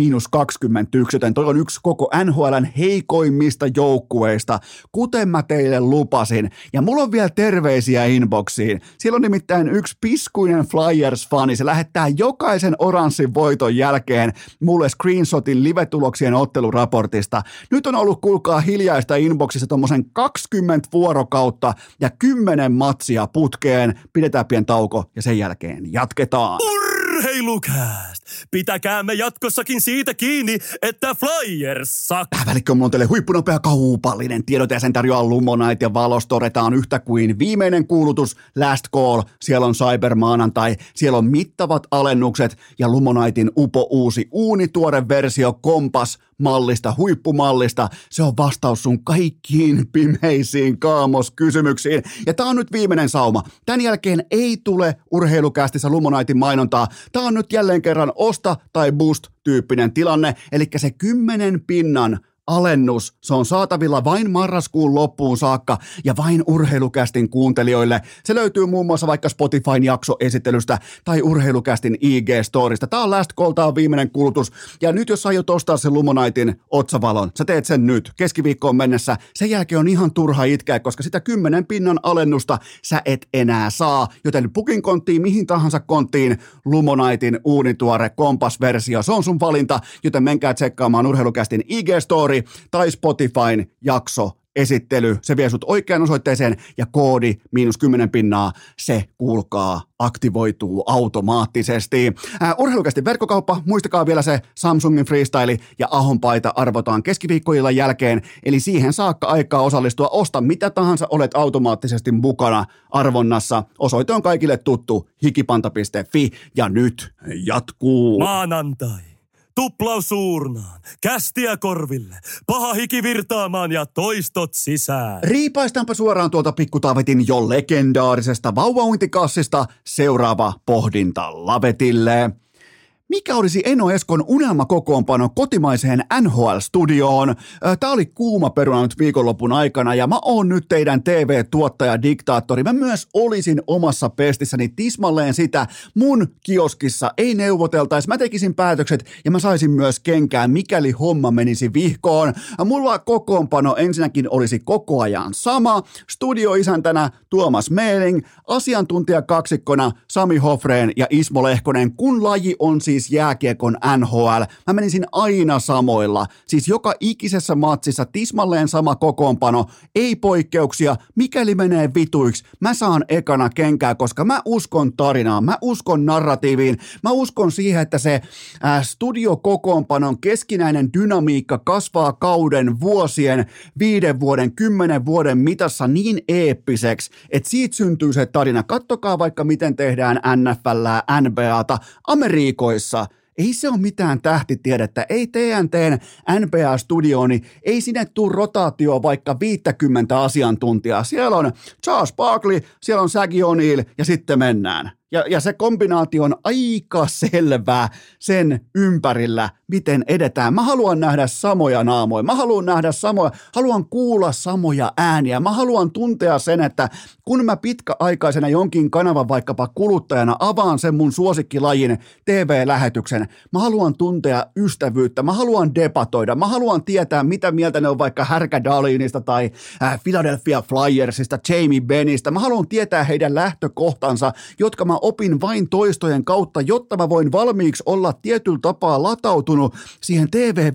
-21, joten toi on yksi koko NHL:n heikoimmista joukkueista, kuten mä teille lupasin. Ja mulla on vielä terveisiä inboxiin. Siellä on nimittäin yksi piskuinen Flyers-fani. Se lähettää jokaisen oranssin voiton jälkeen mulle screenshotin live-tuloksien otteluraportista. Nyt on ollut, kuulkaa, hiljaista inboxissa tommosen 20 vuorokautta ja 10 matsia putkeen. Pidetään pieni tauko ja sen jälkeen jatketaan. Urheilukääst! Pitäkäämme jatkossakin siitä kiinni, että Flyers saa. Tähän välikköön mulla on teille huippunopea kaupallinen tiedote ja sen tarjoaa Lumonite ja Valostore. Tää on yhtä kuin viimeinen kuulutus, last call. Siellä on Cybermaanantai, siellä on mittavat alennukset ja Lumonitein uusi uunituore versio Kompass-mallista, huippumallista. Se on vastaus sun kaikkiin pimeisiin kaamoskysymyksiin. Ja tää on nyt viimeinen sauma. Tän jälkeen ei tule Urheilukäästissä Lumonitein mainontaa. Tää on nyt jälleen kerran osta tai boost-tyyppinen tilanne, eli se 10 pinnan alennus, se on saatavilla vain marraskuun loppuun saakka ja vain Urheilukästin kuuntelijoille. Se löytyy muun muassa vaikka Spotifyn jaksoesittelystä tai Urheilukästin IG-storista. Tää on last call, tää on viimeinen kulutus. Ja nyt jos aiot ostaa sen Lumonitein otsavalon, sä teet sen nyt keskiviikkoon mennessä. Sen jälkeen on ihan turha itkeä, koska sitä 10 pinnan alennusta sä et enää saa. Joten pukin konttiin, mihin tahansa konttiin, Lumonitein uunituore Kompass-versio. Se on sun valinta, joten menkää tsekkaamaan Urheilukästin IG-story tai Spotifyn jaksoesittely. Se vie sut oikeaan osoitteeseen ja koodi -10 pinnaa, se kuulkaa aktivoituu automaattisesti. Urheilukästin verkkokauppa, muistakaa vielä se Samsungin freestyle ja Ahon paita arvotaan keskiviikkoillan jälkeen, eli siihen saakka aikaa osallistua. Osta mitä tahansa, olet automaattisesti mukana arvonnassa. Osoite on kaikille tuttu, hikipanta.fi, ja nyt jatkuu. Maanantai. Tuplaus suurnaan, kästiä korville, paha hiki virtaamaan ja toistot sisään. Riipaistaanpa suoraan tuolta Pikkutaavetin jo legendaarisesta vauvauintikassista seuraava pohdinta lavetille. Mikä olisi Eno Eskon unelmakokoonpano kotimaiseen NHL-studioon? Tää oli kuuma peruna nyt viikonlopun aikana ja mä oon nyt teidän TV-tuottaja-diktaattori. Mä myös olisin omassa pestissäni tismalleen sitä. Mun kioskissa ei neuvoteltaisi, mä tekisin päätökset ja mä saisin myös kenkään, mikäli homma menisi vihkoon. Mulla kokoonpano ensinnäkin olisi koko ajan sama. Studioisäntänä Tuomas Meeling, asiantuntijakaksikkona Sami Hofreen ja Ismo Lehkonen, kun laji on siis jääkiekon NHL. Mä menisin aina samoilla. Siis joka ikisessä matsissa tismalleen sama kokoonpano, ei poikkeuksia. Mikäli menee vituiksi, mä saan ekana kenkää, koska mä uskon tarinaan, mä uskon narratiiviin, mä uskon siihen, että se studiokokoonpanon keskinäinen dynamiikka kasvaa kauden, vuosien, 5 vuoden, 10 vuoden mitassa niin eeppiseksi, että siitä syntyy se tarina. Kattokaa vaikka miten tehdään NFL:ää, NBAta, Amerikoissa. Ei se ole mitään tähtitiedettä, ei TNT:n NBA-studiooni, ei sinne tule rotaatio vaikka 50 asiantuntijaa. Siellä on Charles Barkley, siellä on Shaggy O'Neal ja sitten mennään. Ja se kombinaatio on aika selvää sen ympärillä, miten edetään. Mä haluan nähdä samoja naamoja, mä haluan nähdä haluan kuulla samoja ääniä. Mä haluan tuntea sen, että kun mä pitkäaikaisena jonkin kanavan vaikkapa kuluttajana avaan sen mun suosikkilajin TV-lähetyksen, mä haluan tuntea ystävyyttä, mä haluan debatoida, mä haluan tietää, mitä mieltä ne on vaikka Härkä Dahlinista tai Philadelphia Flyersista, Jamie Bennistä. Mä haluan tietää heidän lähtökohtansa, jotka mä opin vain toistojen kautta, jotta mä voin valmiiksi olla tietyllä tapaa latautunut siihen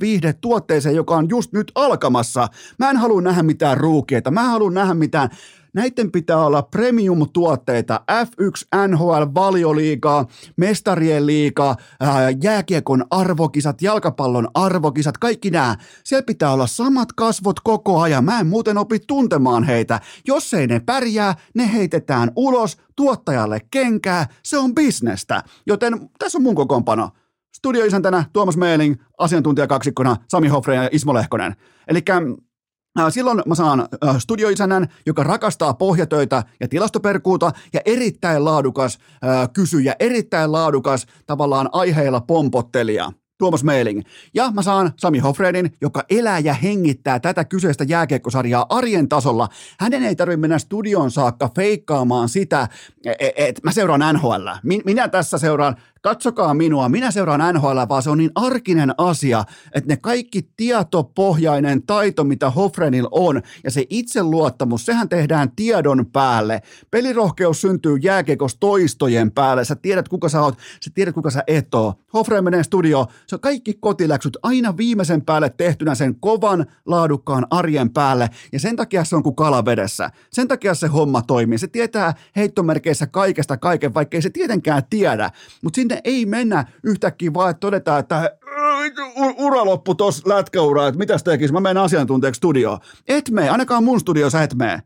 TV-viihdetuotteeseen, joka on just nyt alkamassa. Mä en halua nähdä mitään ruukieita, mä haluan nähdä mitään näiden pitää olla premium-tuotteita, F1, NHL, Valioliigaa, Mestarien liiga, jääkiekon arvokisat, jalkapallon arvokisat, kaikki nämä. Siellä pitää olla samat kasvot koko ajan. Mä en muuten opi tuntemaan heitä. Jos ei ne pärjää, ne heitetään ulos, tuottajalle kenkää, se on bisnestä. Joten tässä on mun kokoonpano. Studioisäntänä Tuomas Meeling, asiantuntijakaksikkona Sami Hofrén ja Ismo Lehkonen. Elikkä silloin mä saan studioisännän, joka rakastaa pohjatöitä ja tilastoperkuuta ja erittäin laadukas kysyjä, erittäin laadukas tavallaan aiheilla pompottelija. Tuomas Meeling. Ja mä saan Sami Hofrénin, joka elää ja hengittää tätä kyseistä jääkiekkosarjaa arjen tasolla. Hänen ei tarvitse mennä studion saakka feikkaamaan sitä, että mä seuraan NHL. Minä tässä seuraan, katsokaa minua, minä seuraan NHL, vaan se on niin arkinen asia, että ne kaikki tietopohjainen taito, mitä Hofrénilla on, ja se itseluottamus, sehän tehdään tiedon päälle. Pelirohkeus syntyy jääkiekossa toistojen päälle. Sä tiedät, kuka sä oot, sä tiedät, kuka sä et oo. Hofrén menee studioon, se on kaikki kotiläksyt aina viimeisen päälle tehtynä sen kovan, laadukkaan arjen päälle, ja sen takia se on kuin kalavedessä. Sen takia se homma toimii. Se tietää heittomerkeissä kaikesta kaiken, vaikkei se tietenkään tiedä, mutta sinne ei mennä yhtäkkiä vaan, että todetaan, että ura loppu tossa lätkäura, että mitäs tekisi, mä menen asiantuntijaksi studioon. Et mene, ainakaan mun studiossa et mene.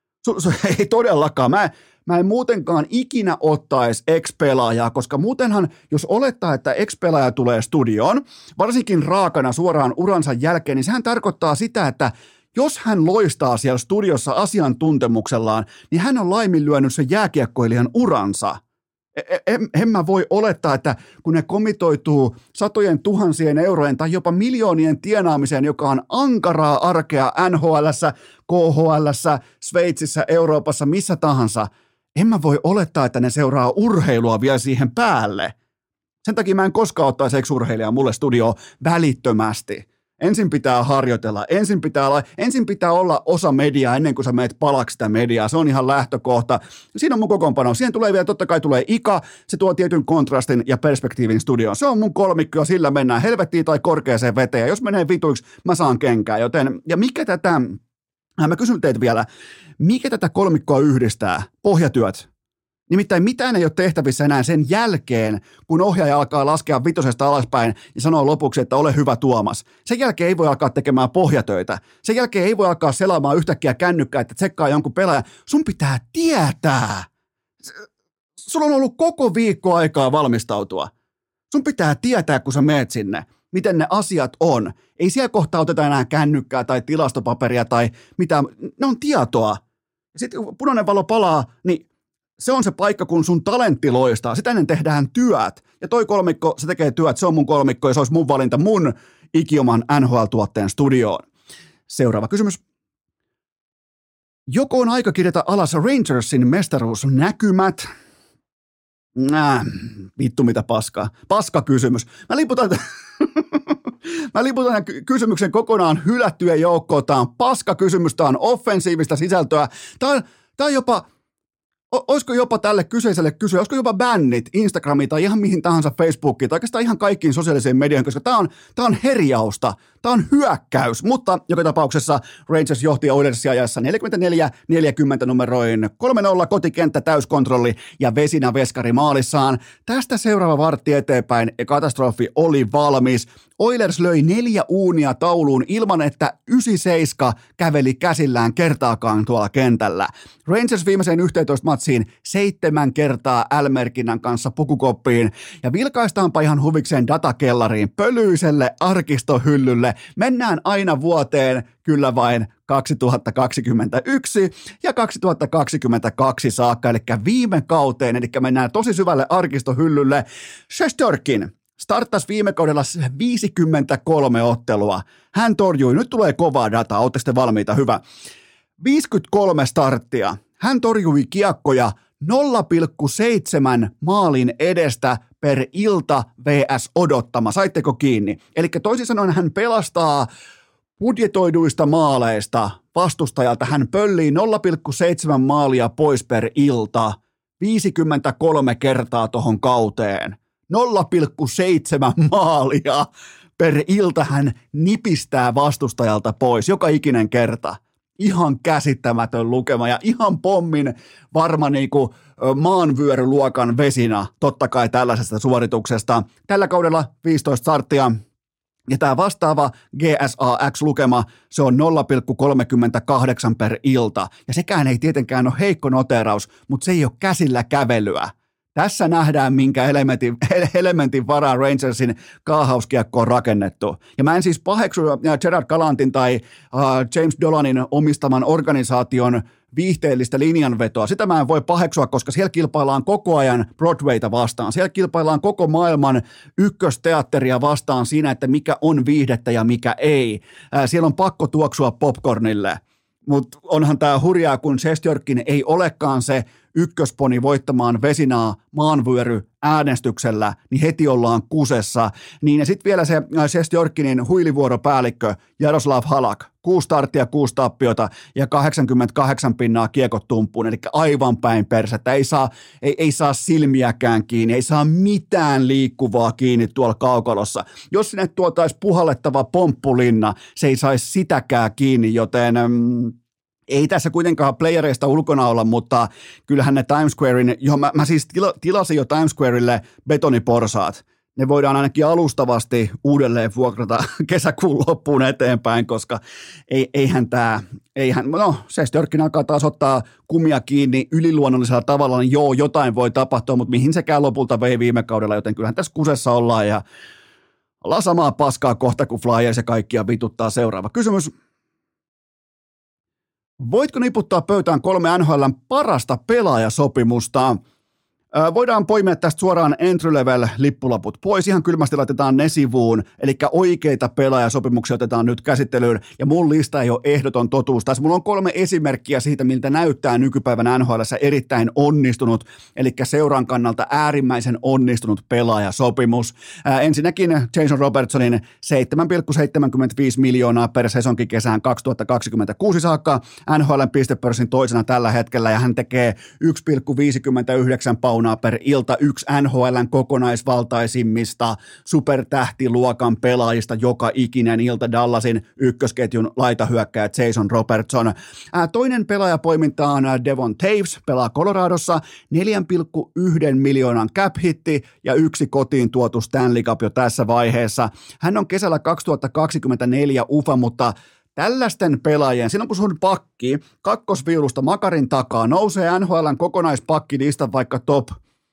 Ei todellakaan, mä en muutenkaan ikinä ottaisi ex-pelaajaa, koska muutenhan, jos olettaa, että ex-pelaaja tulee studioon, varsinkin raakana suoraan uransa jälkeen, niin sehän tarkoittaa sitä, että jos hän loistaa siellä studiossa asiantuntemuksellaan, niin hän on laiminlyönyt sen jääkiekkoilijan uransa. En mä voi olettaa, että kun ne komitoituu satojen tuhansien eurojen tai jopa miljoonien tienaamiseen, joka on ankaraa arkea NHL:ssä, KHL:ssä, Sveitsissä, Euroopassa, missä tahansa, en mä voi olettaa, että ne seuraa urheilua vielä siihen päälle. Sen takia mä en koskaan ottaisi ex-urheilijaa mulle studioon välittömästi. Ensin pitää harjoitella, ensin pitää olla osa mediaa ennen kuin sä meet palaksi sitä mediaa. Se on ihan lähtökohta. Siinä on mun kokoonpano. Siihen tulee vielä, totta kai tulee Ika, se tuo tietyn kontrastin ja perspektiivin studioon. Se on mun kolmikko ja sillä mennään helvettiin tai korkeaseen veteen. Ja jos menee vituiksi, mä saan kenkää. Joten, ja mikä tätä, mä kysyn teitä vielä, mikä tätä kolmikkoa yhdistää? Pohjatyöt. Nimittäin mitään ei ole tehtävissä enää sen jälkeen, kun ohjaaja alkaa laskea vitosesta alaspäin ja sanoo lopuksi, että ole hyvä Tuomas. Sen jälkeen ei voi alkaa tekemään pohjatöitä. Sen jälkeen ei voi alkaa selaamaan yhtäkkiä kännykkää, että tsekkaa jonkun pelaajan. Sun pitää tietää. Sulla on ollut koko viikko aikaa valmistautua. Sun pitää tietää, kun sä meet sinne, miten ne asiat on. Ei siellä kohtaa oteta enää kännykkää tai tilastopaperia tai mitään. Ne on tietoa. Sitten kun punainen valo palaa, niin se on se paikka, kun sun talentti loistaa. Sitä ennen tehdään työt. Ja toi kolmikko, se tekee työt. Se on mun kolmikko ja se olisi mun valinta mun ikioman NHL-tuotteen studioon. Seuraava kysymys. Joko on aika kirjata alas Rangersin mestaruusnäkymät? Vittu mitä paskaa. Paska kysymys. Mä liputan kysymyksen kokonaan hylättyjen joukkoon. Tää on paska kysymys. Tää on offensiivista sisältöä. Tää on jopa... Olisiko jopa tälle kyseiselle kysyä, olisiko jopa bännit Instagramiin tai ihan mihin tahansa Facebookiin tai oikeastaan ihan kaikkiin sosiaalisiin medioihin, koska tämä on herjausta, tämä on hyökkäys, mutta joka tapauksessa Rangers johti Oilersia ajassa 44-40 numeroin 3-0 kotikenttä täyskontrolli ja Vesina veskari maalissaan. Tästä seuraava vartti eteenpäin ja katastrofi oli valmis. Oilers löi 4 uunia tauluun ilman, että 97 käveli käsillään kertaakaan tuolla kentällä. Rangers viimeiseen 11 matsiin 7 kertaa L-merkinnän kanssa pukukoppiin ja vilkaistaanpa ihan huvikseen datakellariin pölyiselle arkistohyllylle. Mennään aina vuoteen kyllä vain 2021 ja 2022 saakka, eli viime kauteen, eli mennään tosi syvälle arkistohyllylle. Shesterkin starttasi viime kaudella 53 ottelua. Hän torjui, nyt tulee kovaa dataa, ootteko te valmiita? Hyvä. 53 starttia. Hän torjui kiekkoja 0,7 maalin edestä per ilta vs. odottama. Saitteko kiinni? Eli toisin sanoen hän pelastaa budjetoiduista maaleista vastustajalta. Hän pöllii 0,7 maalia pois per ilta 53 kertaa tohon kauteen. 0,7 maalia per ilta hän nipistää vastustajalta pois joka ikinen kerta. ihan käsittämätön lukema ja ihan pommin varma niinku maanvyöryluokan vesina totta kai tällaisesta suorituksesta. Tällä kaudella 15 starttia. Ja tämä vastaava GSAX-lukema, se on 0,38 per ilta. Ja sekään ei tietenkään ole heikko noteraus, mutta se ei ole käsillä kävelyä. Tässä nähdään, minkä elementin varaan Rangersin kaahauskiekko on rakennettu. Ja mä en siis paheksu Gerard Galantin tai James Dolanin omistaman organisaation viihteellistä linjanvetoa. Sitä mä en voi paheksua, koska siellä kilpaillaan koko ajan Broadwayta vastaan. Siellä kilpaillaan koko maailman ykkösteatteria vastaan siinä, että mikä on viihdettä ja mikä ei. Siellä on pakko tuoksua popcornille. Mutta onhan tämä hurjaa, kun Shesterkin ei olekaan se ykkösponi voittamaan Vesinaa maanvyöry äänestyksellä, niin heti ollaan kusessa. Niin ja sitten vielä se Shesterkinin huilivuoropäällikkö Jaroslav Halak, 6 starttia, 6 tappiota ja 88 pinnaa kiekot tumppuun, eli aivan päin persettä. Ei saa silmiäkään kiinni, ei saa mitään liikkuvaa kiinni tuolla kaukalossa. Jos sinne tuotaisiin puhallettava pomppulinna, se ei saisi sitäkään kiinni, joten ei tässä kuitenkaan playereista ulkona olla, mutta kyllähän ne Times Squarein, mä siis tilasin jo Times Squareille betoniporsaat. Ne voidaan ainakin alustavasti uudelleen vuokrata kesäkuun loppuun eteenpäin, koska Shesterkin alkaa taas ottaa kumia kiinni yliluonnollisella tavalla, niin joo, jotain voi tapahtua, mutta mihin sekään lopulta vei viime kaudella, joten kyllähän tässä kusessa ollaan ja ollaan samaa paskaa kohta, kun Flyers ja kaikkia vituttaa. Seuraava kysymys. Voitko niputtaa pöytään 3 NHL:n parasta pelaajasopimusta? Voidaan poimia tästä suoraan entry-level-lippulaput pois. Ihan kylmästi laitetaan ne sivuun, eli oikeita pelaajasopimuksia otetaan nyt käsittelyyn, ja mun lista ei ole ehdoton totuus. Tässä mulla on 3 esimerkkiä siitä, miltä näyttää nykypäivän NHL:ssä erittäin onnistunut, eli seuran kannalta äärimmäisen onnistunut pelaajasopimus. Ensinnäkin Jason Robertsonin 7,75 miljoonaa per sesonki kesään 2026 saakka, NHL:n pistepörssin toisena tällä hetkellä, ja hän tekee 1,59 paunaa per ilta, yksi NHL:n kokonaisvaltaisimmista supertähtiluokan pelaajista joka ikinen ilta, Dallasin ykkösketjun laitahyökkääjä Jason Robertson. Toinen pelaajapoiminta on Devon Toews, pelaa Coloradossa, 4,1 miljoonan cap-hitti ja 1 kotiin tuotu Stanley Cup jo tässä vaiheessa. Hän on kesällä 2024 UFA, mutta tällaisten pelaajien, silloin kun sun pakki kakkosviulusta makarin takaa nousee NHL:n kokonaispakkilista vaikka top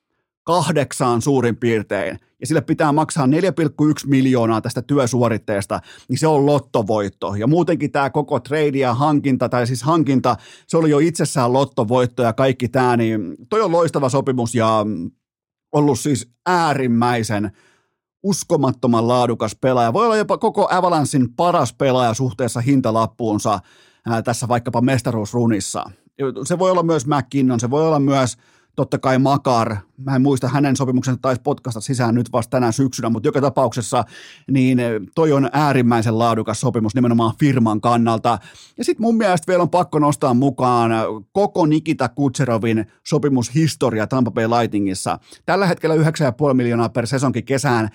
8 suurin piirtein, ja sille pitää maksaa 4,1 miljoonaa tästä työsuoritteesta, niin se on lottovoitto. Ja muutenkin tämä koko trade ja hankinta, se oli jo itsessään lottovoitto ja kaikki tämä, niin toi on loistava sopimus ja ollut siis äärimmäisen uskomattoman laadukas pelaaja. Voi olla jopa koko Avalanchein paras pelaaja suhteessa hintalappuunsa tässä vaikkapa mestaruusrunissa. Se voi olla myös McKinnon, se voi olla myös totta kai Makar. Mä en muista hänen sopimuksensa taisi podcasta sisään nyt vasta tänä syksynä, mutta joka tapauksessa niin toi on äärimmäisen laadukas sopimus nimenomaan firman kannalta. Ja sitten mun mielestä vielä on pakko nostaa mukaan koko Nikita Kutserovin sopimushistoria Tampa Bay Lightningissa. Tällä hetkellä 9,5 miljoonaa per sesonki kesään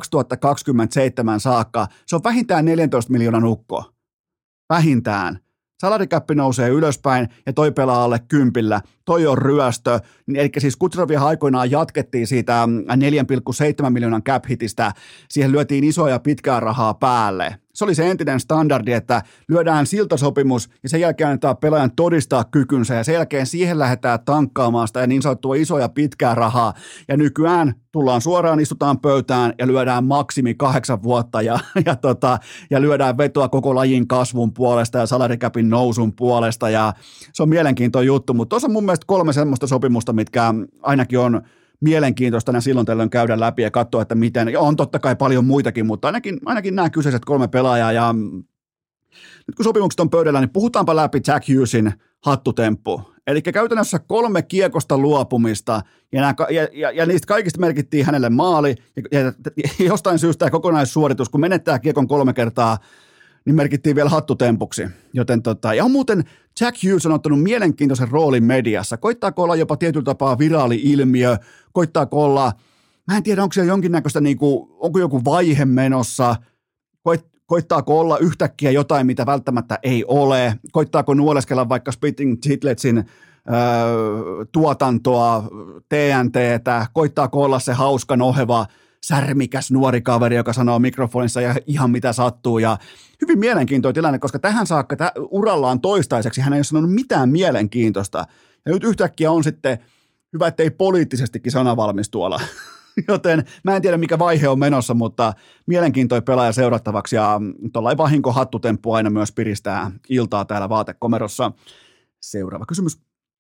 2027 saakka. Se on vähintään 14 miljoonan ukko. Vähintään. Salarikäppi nousee ylöspäin ja toi pelaa alle 10. Toi on ryöstö. Eli siis Kutserovia aikoinaan jatkettiin siitä 4,7 miljoonan cap-hitistä. Siihen lyötiin isoja pitkää rahaa päälle. Se oli se entinen standardi, että lyödään siltasopimus ja sen jälkeen annetaan pelaajan todistaa kykynsä ja sen jälkeen siihen lähdetään tankkaamaan sitä ja niin sanottua isoja pitkää rahaa. Ja nykyään tullaan suoraan, istutaan pöytään ja lyödään maksimi 8 vuotta ja lyödään vetoa koko lajin kasvun puolesta ja salarikäpin nousun puolesta ja se on mielenkiintoinen juttu, mutta tuossa on mun mielestä 3 semmoista sopimusta, mitkä ainakin on mielenkiintoista ja silloin tällöin käydä läpi ja katsoa, että miten, ja on totta kai paljon muitakin, mutta ainakin nämä kyseiset 3 pelaajaa, ja nyt kun sopimukset on pöydällä, niin puhutaanpa läpi Jack Hughesin hattutemppu. Eli käytännössä 3 kiekosta luopumista, ja niistä kaikista merkittiin hänelle maali, ja jostain syystä tämä kokonaissuoritus, kun menettää kiekon 3 kertaa, niin merkittiin vielä hattutempuksi. Joten ja on muuten Jack Hughes on ottanut mielenkiintoisen roolin mediassa. Koittaako olla jopa tietyllä tapaa viraali-ilmiö? Koittaako olla, mä en tiedä, onko siellä jonkinnäköistä, onko joku vaihe menossa? Koittaako olla yhtäkkiä jotain, mitä välttämättä ei ole? Koittaako nuoleskella vaikka Spitting Chicletsin tuotantoa, TNTtä? Koittaako olla se hauska, noheva, särmikäs nuori kaveri, joka sanoo mikrofonissa ja ihan mitä sattuu? Ja hyvin mielenkiintoinen tilanne, koska tähän saakka urallaan toistaiseksi hän ei ole sanonut mitään mielenkiintoista. Ja nyt yhtäkkiä on sitten hyvä, ettei poliittisestikin sanavalmis tuolla. Joten mä en tiedä, mikä vaihe on menossa, mutta mielenkiintoinen pelaaja seurattavaksi ja tuollainen vahinkohattutemppu aina myös piristää iltaa täällä vaatekomerossa. Seuraava kysymys.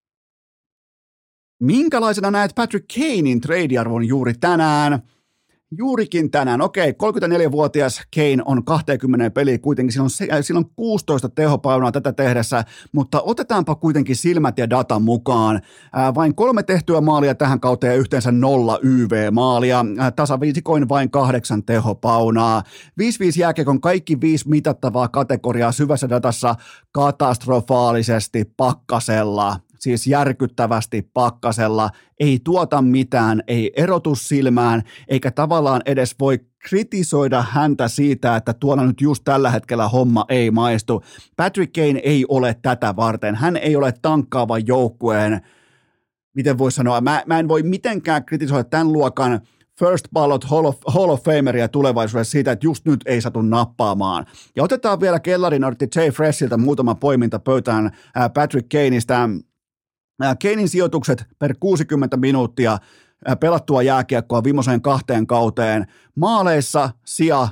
Minkälaisena näet Patrick Kanein trade-arvon juuri tänään? Juurikin tänään. Okei, 34-vuotias Kane on 20 peliä kuitenkin, sillä on 16 tehopaunaa tätä tehdessä, mutta otetaanpa kuitenkin silmät ja datan mukaan. Vain 3 tehtyä maalia tähän kauteen ja yhteensä 0 YV-maalia, tasaviisikoin vain 8 tehopaunaa. 5-5 jääkiekon kaikki 5 mitattavaa kategoriaa syvässä datassa katastrofaalisesti pakkasella. Siis järkyttävästi pakkasella, ei tuota mitään, ei erotu silmään, eikä tavallaan edes voi kritisoida häntä siitä, että tuolla nyt just tällä hetkellä homma ei maistu. Patrick Kane ei ole tätä varten, hän ei ole tankkaavan joukkueen, miten voi sanoa, mä en voi mitenkään kritisoida tämän luokan First Ballot Hall of Fameria tulevaisuudessa siitä, että just nyt ei satu nappaamaan. Ja otetaan vielä kellarinartti Jay Freshiltä muutama poiminta pöytään Patrick Kaneista. Kanein sijoitukset per 60 minuuttia pelattua jääkiekkoa viimeiseen 2 kauteen. Maaleissa sija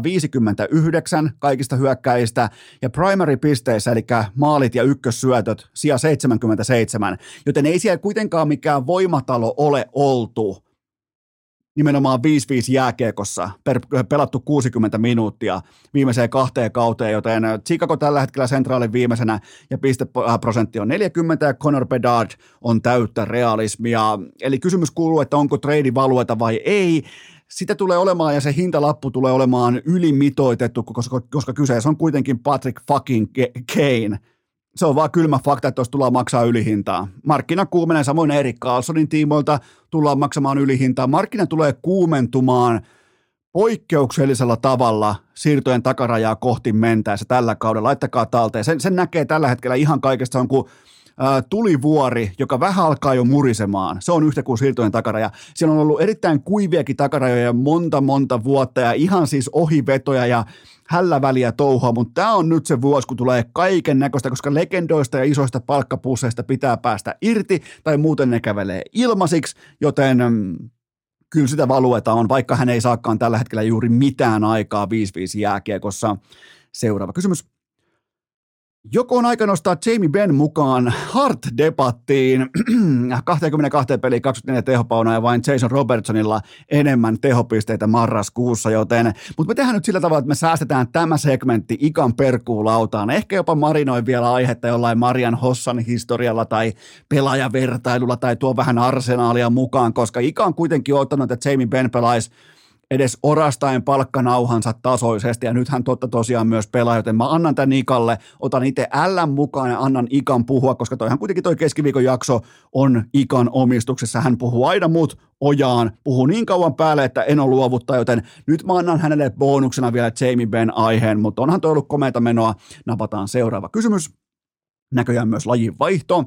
159 kaikista hyökkäistä ja primary-pisteissä, eli maalit ja ykkössyötöt, sija 77, joten ei siellä kuitenkaan mikään voimatalo ole oltu. Nimenomaan 5-5 jääkiekossa per pelattu 60 minuuttia viimeiseen 2 kauteen, joten Chicago tällä hetkellä sentraalin viimeisenä ja pisteprosentti on 40 ja Connor Bedard on täyttä realismia. Eli kysymys kuuluu, että onko trade valueta vai ei. Sitä tulee olemaan ja se hintalappu tulee olemaan ylimitoitettu, koska kyseessä on kuitenkin Patrick fucking Kane. Se on vaan kylmä fakta, että tuossa tullaan maksaa ylihintaa. Markkina kuumenee samoin Erik Karlssonin tiimoilta, tullaan maksamaan ylihintaa. Markkina tulee kuumentumaan poikkeuksellisella tavalla siirtojen takarajaa kohti mentäessä tällä kaudella. Laittakaa talteen. Sen näkee tällä hetkellä ihan kaikesta. Se on kuin tulivuori, joka vähän alkaa jo murisemaan. Se on yhtä kuin siirtojen takaraja. Siellä on ollut erittäin kuiviakin takarajoja monta vuotta ja ihan siis ohivetoja ja hälläväliä touhua, mutta tämä on nyt se vuosi, kun tulee kaiken näköistä, koska legendoista ja isoista palkkapusseista pitää päästä irti tai muuten ne kävelee ilmaisiksi, joten kyllä sitä valueta on, vaikka hän ei saakaan tällä hetkellä juuri mitään aikaa 5-5 jääkiekossa. Seuraava kysymys. Joko on aika nostaa Jamie Benn mukaan Hart-debattiin 22 peliä 24 tehopaunaa ja vain Jason Robertsonilla enemmän tehopisteitä marraskuussa, mutta me tehdään nyt sillä tavalla, että me säästetään tämä segmentti ikan perkuulautaan. Ehkä jopa marinoin vielä aihetta jollain Marian Hossan historialla tai pelaajavertailulla tai tuo vähän arsenaalia mukaan, koska Ika on kuitenkin ottanut, että Jamie Benn pelaisi edes orastaen palkkanauhansa tasoisesti, ja nythän totta tosiaan myös pelaa, joten mä annan tämän Ikalle, otan itse L:n mukaan ja annan Ikan puhua, koska toihan kuitenkin toi keskiviikon jakso on Ikan omistuksessa, hän puhuu aina mut ojaan, puhuu niin kauan päälle, että en ole luovuttaa, joten nyt mä annan hänelle bonuksena vielä Jamie Benn aiheen, mutta onhan toi ollut komeata menoa, napataan seuraava kysymys, näköjään myös lajin vaihto.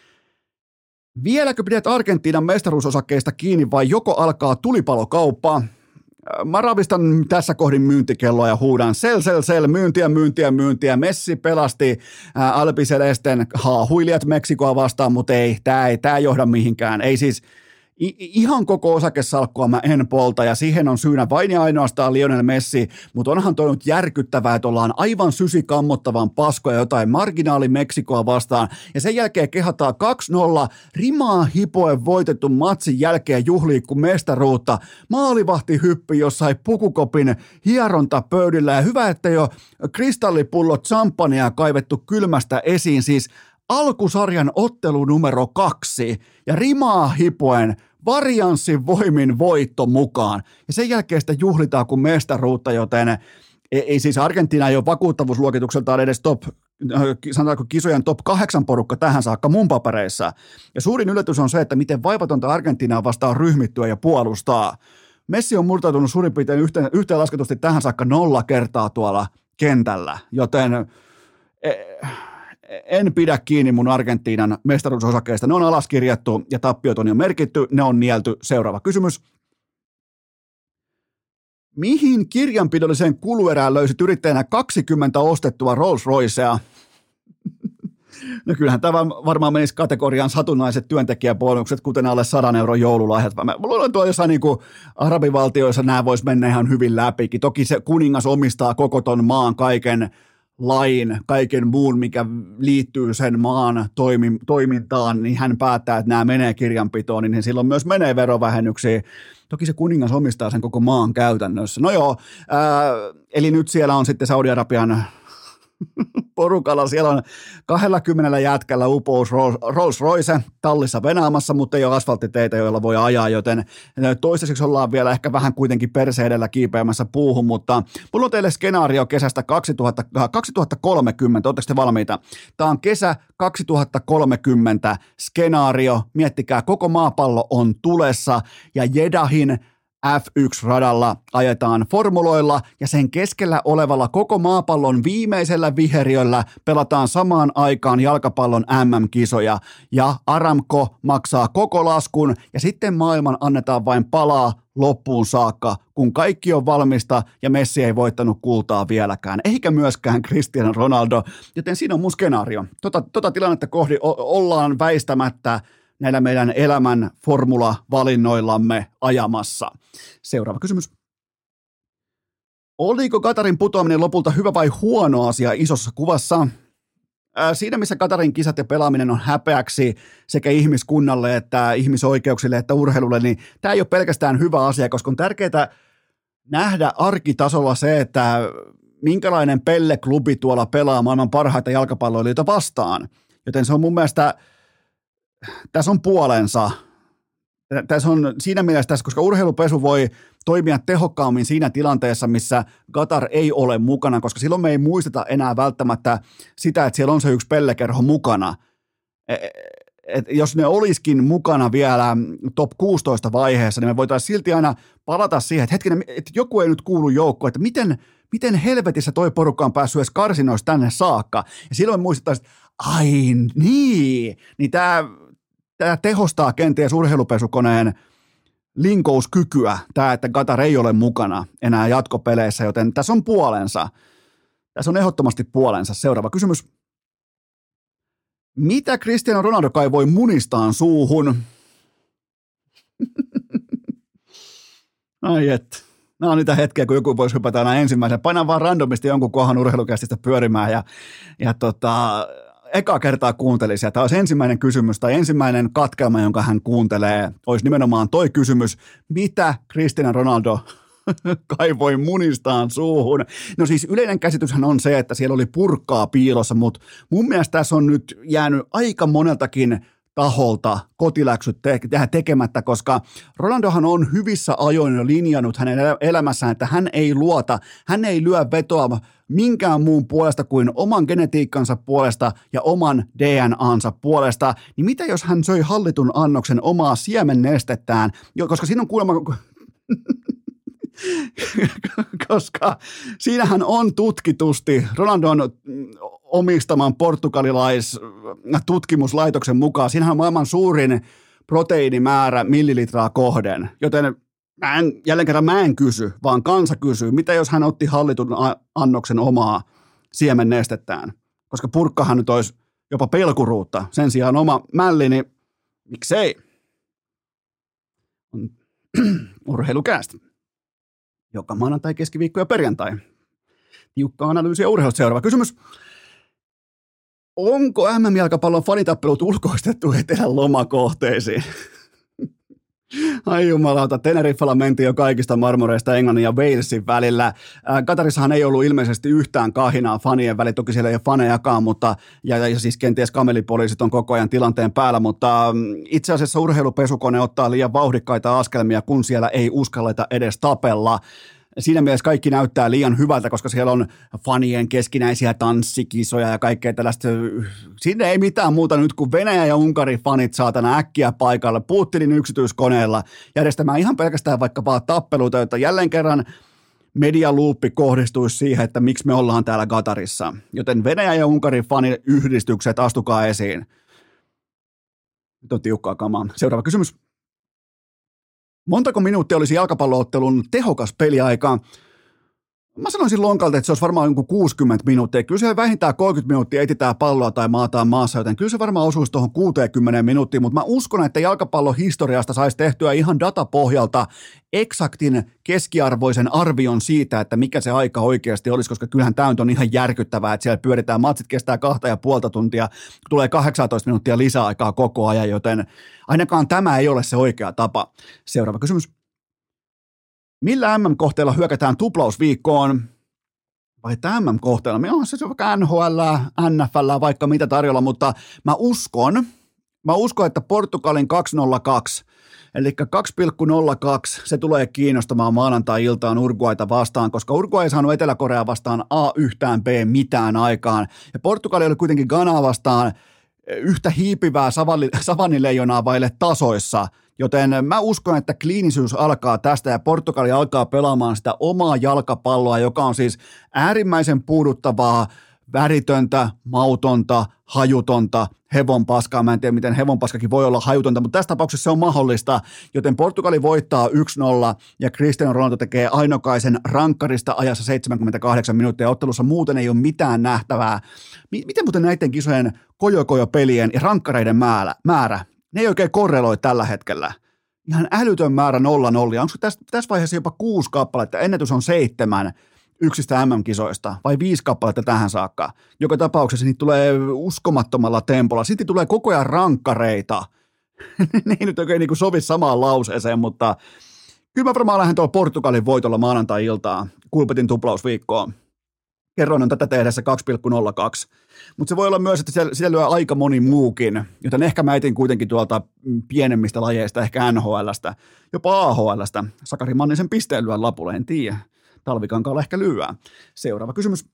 Vieläkö pidät Argentiinan mestaruusosakkeista kiinni vai joko alkaa tulipalokauppa? Mä ravistan tässä kohdin myyntikelloa ja huudan sell, myyntiä. Messi pelasti Albi Celesten haahuilijat Meksikoa vastaan, mutta tämä ei johda mihinkään. Ei siis ihan koko osakesalkkua mä en polta ja siihen on syynä vain ja ainoastaan Lionel Messi, mutta onhan toi nyt järkyttävää, että ollaan aivan sysikammottavan paskoja jotain marginaali Meksikoa vastaan ja sen jälkeen kehataan 2-0 rimaa hipoen voitettu matsin jälkeen juhliikku mestaruutta. Maalivahti hyppi jossain pukukopin hierontapöydillä ja hyvä, että jo kristallipullot champagnea kaivettu kylmästä esiin, siis alkusarjan ottelu numero 2 ja rimaa hipoen varianssin voimin voitto mukaan. Ja sen jälkeen sitä juhlitaan kuin mestaruutta, joten ei siis Argentiina ei ole vakuuttavuusluokitukseltaan edes sanotaanko kisojen top 8 porukka tähän saakka mun papereissa. Ja suurin yllätys on se, että miten vaivatonta Argentiinaa vastaan ryhmittyä ja puolustaa. Messi on murtautunut suurin piirtein yhteenlasketusti tähän saakka 0 kertaa tuolla kentällä, joten en pidä kiinni mun Argentiinan mestaruusosakeista. Ne on alaskirjattu ja tappiot on jo merkitty, ne on nielty. Seuraava kysymys. Mihin kirjanpidolliseen kuluerään löysit yrittäjänä 20 ostettua Rolls-Roycea? No kyllähän tämä varmaan menisi kategoriaan satunnaiset työntekijäbonukset, kuten alle 100 € joululahjat. Mä luulen, että jossain niin kuin arabivaltioissa nämä vois mennä ihan hyvin läpikin. Toki se kuningas omistaa koko ton maan kaiken lain, kaiken muun, mikä liittyy sen maan toimintaan, niin hän päättää, että nämä menee kirjanpitoon, niin silloin myös menee verovähennyksiin. Toki se kuningas omistaa sen koko maan käytännössä. No joo, eli nyt siellä on sitten Saudi-Arabian porukalla, siellä on 20 jätkällä upous Rolls-Royce tallissa venaamassa, mutta ei ole asfalttiteitä, joilla voi ajaa, joten toistaiseksi ollaan vielä ehkä vähän kuitenkin perse edellä kiipeämässä puuhun, mutta mulla on teille skenaario kesästä 2030, ootteko te valmiita? Tämä on kesä 2030 skenaario, miettikää, koko maapallo on tulessa ja Jedahin F1-radalla ajetaan formuloilla ja sen keskellä olevalla koko maapallon viimeisellä viheriöllä pelataan samaan aikaan jalkapallon MM-kisoja ja Aramco maksaa koko laskun ja sitten maailman annetaan vain palaa loppuun saakka, kun kaikki on valmista ja Messi ei voittanut kultaa vieläkään, eikä myöskään Cristiano Ronaldo, joten siinä on mun skenaario. Tota tilannetta kohdi ollaan väistämättä näillä meidän elämän formula-valinnoillamme ajamassa. Seuraava kysymys. Oliko Katarin putoaminen lopulta hyvä vai huono asia isossa kuvassa? Siinä, missä Katarin kisat ja pelaaminen on häpeäksi sekä ihmiskunnalle että ihmisoikeuksille että urheilulle, niin tämä ei ole pelkästään hyvä asia, koska on tärkeää nähdä arkitasolla se, että minkälainen pelleklubi tuolla pelaa maailman parhaita jalkapalloilijoita vastaan. Joten se on mun mielestä tässä on puolensa. Tässä on siinä mielessä, koska urheilupesu voi toimia tehokkaammin siinä tilanteessa, missä Qatar ei ole mukana, koska silloin me ei muisteta enää välttämättä sitä, että siellä on se yksi pellekerho mukana. Jos ne olisikin mukana vielä top 16 vaiheessa, niin me voitaisiin silti aina palata siihen, että hetkinen, että joku ei nyt kuulu joukkoon, että miten helvetissä toi porukka on päässyt edes karsinoista tänne saakka. Ja silloin muistettaisiin, että ai niin tämä tehostaa kenties urheilupesukoneen linkouskykyä, tämä, että Qatar ei ole mukana enää jatkopeleissä, joten tässä on puolensa. Tässä on ehdottomasti puolensa. Seuraava kysymys. Mitä Cristiano Ronaldo kaivoi munistaan suuhun? Ai et. Nämä on niitä hetkiä, kun joku voisi hypätä aina ensimmäisen. Painaa vaan randomisti jonkun kohan urheilukästistä pyörimään ja eka kertaa kuuntelisi. Tämä olisi ensimmäinen kysymys tai ensimmäinen katkelma, jonka hän kuuntelee, olisi nimenomaan toi kysymys, mitä Cristiano Ronaldo kaivoi munistaan suuhun. No siis yleinen käsityshän on se, että siellä oli purkkaa piilossa, mutta mun mielestä tässä on nyt jäänyt aika moneltakin taholta kotiläksyt tekemättä, koska Ronaldohan on hyvissä ajoin jo linjannut hänen elämässään, että hän ei lyö vetoa minkään muun puolesta kuin oman genetiikkansa puolesta ja oman DNAnsa puolesta, niin mitä jos hän söi hallitun annoksen omaa siemennestettään, koska siinä on kuulemma koska siinähän on tutkitusti Ronaldon omistaman portugalilais-tutkimuslaitoksen mukaan, siinähän on maailman suurin proteiinimäärä millilitraa kohden, joten jälleen kerran mä en kysy, vaan kansa kysyy, mitä jos hän otti hallitun annoksen omaa siemennestettään, koska purkkahan nyt olisi jopa pelkuruutta, sen sijaan oma mälli, niin miksei? Urheilukäästä. Joka maanantai, keskiviikko ja perjantai. Tiukka analyysi ja urheilusta. Seuraava kysymys. Onko MM-jalkapallon fanitappelut ulkoistettu etelän lomakohteisiin? Ai jumalauta, Teneriffalla mentiin jo kaikista marmoreista Englannin ja Walesin välillä. Qatarissahan ei ollut ilmeisesti yhtään kahinaa fanien välillä, toki siellä ei ole fanejakaan, mutta, ja siis kenties kamelipoliisit on koko ajan tilanteen päällä, mutta itse asiassa urheilupesukone ottaa liian vauhdikkaita askelmia, kun siellä ei uskalleta edes tapella. Siinä mielessä kaikki näyttää liian hyvältä, koska siellä on fanien keskinäisiä tanssikisoja ja kaikkea tällaista. Sinne ei mitään muuta nyt kuin Venäjä ja Unkarin fanit saatana äkkiä paikalle Putinin yksityiskoneella järjestämään ihan pelkästään vaikka vaan tappeluita, jotta jälleen kerran medialuuppi kohdistuisi siihen, että miksi me ollaan täällä Qatarissa. Joten Venäjä ja Unkarin faniyhdistykset, astukaa esiin. Nyt on tiukkaa kamaa. Seuraava kysymys. Montako minuuttia olisi jalkapalloottelun tehokas peliaika? Mä sanoisin lonkalta, että se olisi varmaan jonkun 60 minuuttia. Kyllä se vähintään 30 minuuttia etitään palloa tai maataan maassa, joten kyllä se varmaan osuisi tuohon 60 minuuttiin, mutta mä uskon, että jalkapallon historiasta saisi tehtyä ihan datapohjalta eksaktin keskiarvoisen arvion siitä, että mikä se aika oikeasti olisi, koska kyllähän tämä on ihan järkyttävää, että siellä pyöritään, matsit kestää 2,5 tuntia, tulee 18 minuuttia lisäaikaa koko ajan, joten ainakaan tämä ei ole se oikea tapa. Seuraava kysymys. Millä MM-kohteella hyökätään tuplausviikkoon? Vai tämä MM-kohteella? Me on se vaikka NHL, NFL, vaikka mitä tarjolla, mutta mä uskon, että Portugalin 202, eli 2,02, se tulee kiinnostamaan maanantai-iltaan Uruguayta vastaan, koska Uruguay ei saanut Etelä-Korea vastaan A yhtään B mitään aikaan. Ja Portugali oli kuitenkin Ghanaa vastaan yhtä hiipivää savannileijonaa vaille tasoissa, joten mä uskon, että kliinisyys alkaa tästä ja Portugali alkaa pelaamaan sitä omaa jalkapalloa, joka on siis äärimmäisen puuduttavaa, väritöntä, mautonta, hajutonta, hevonpaskaa. Mä en tiedä, miten hevonpaskakin voi olla hajutonta, mutta tässä tapauksessa se on mahdollista, joten Portugali voittaa 1-0 ja Cristiano Ronaldo tekee ainokaisen rankkarista ajassa 78 minuuttia. Ottelussa muuten ei ole mitään nähtävää. Miten muuten näiden kisojen kojo-pelien ja rankkareiden määrä? Ne ei oikein korreloi tällä hetkellä. Ihan älytön määrä 0-0. Onko tässä vaiheessa jopa 6 kappaletta? Ennätys on 7 yksistä MM-kisoista vai 5 kappaletta tähän saakka. Joka tapauksessa niitä tulee uskomattomalla tempolla. Sitten tulee koko ajan rankkareita. Ne ei nyt oikein niin sovi samaan lauseeseen, mutta kyllä mä varmaan lähden tuolla Portugalin voitolla maanantai-iltaan Kulpetin tuplausviikkoon. Kerroin on tätä tehdessä 2,02. Mutta se voi olla myös, että siellä lyö aika moni muukin, joten ehkä mä etin kuitenkin tuolta pienemmistä lajeista, ehkä NHLstä, jopa AHLstä. Sakari Mannisen pisteen lyö lapulle, en tiedä. Talvikankaalla ehkä lyöää. Seuraava kysymys.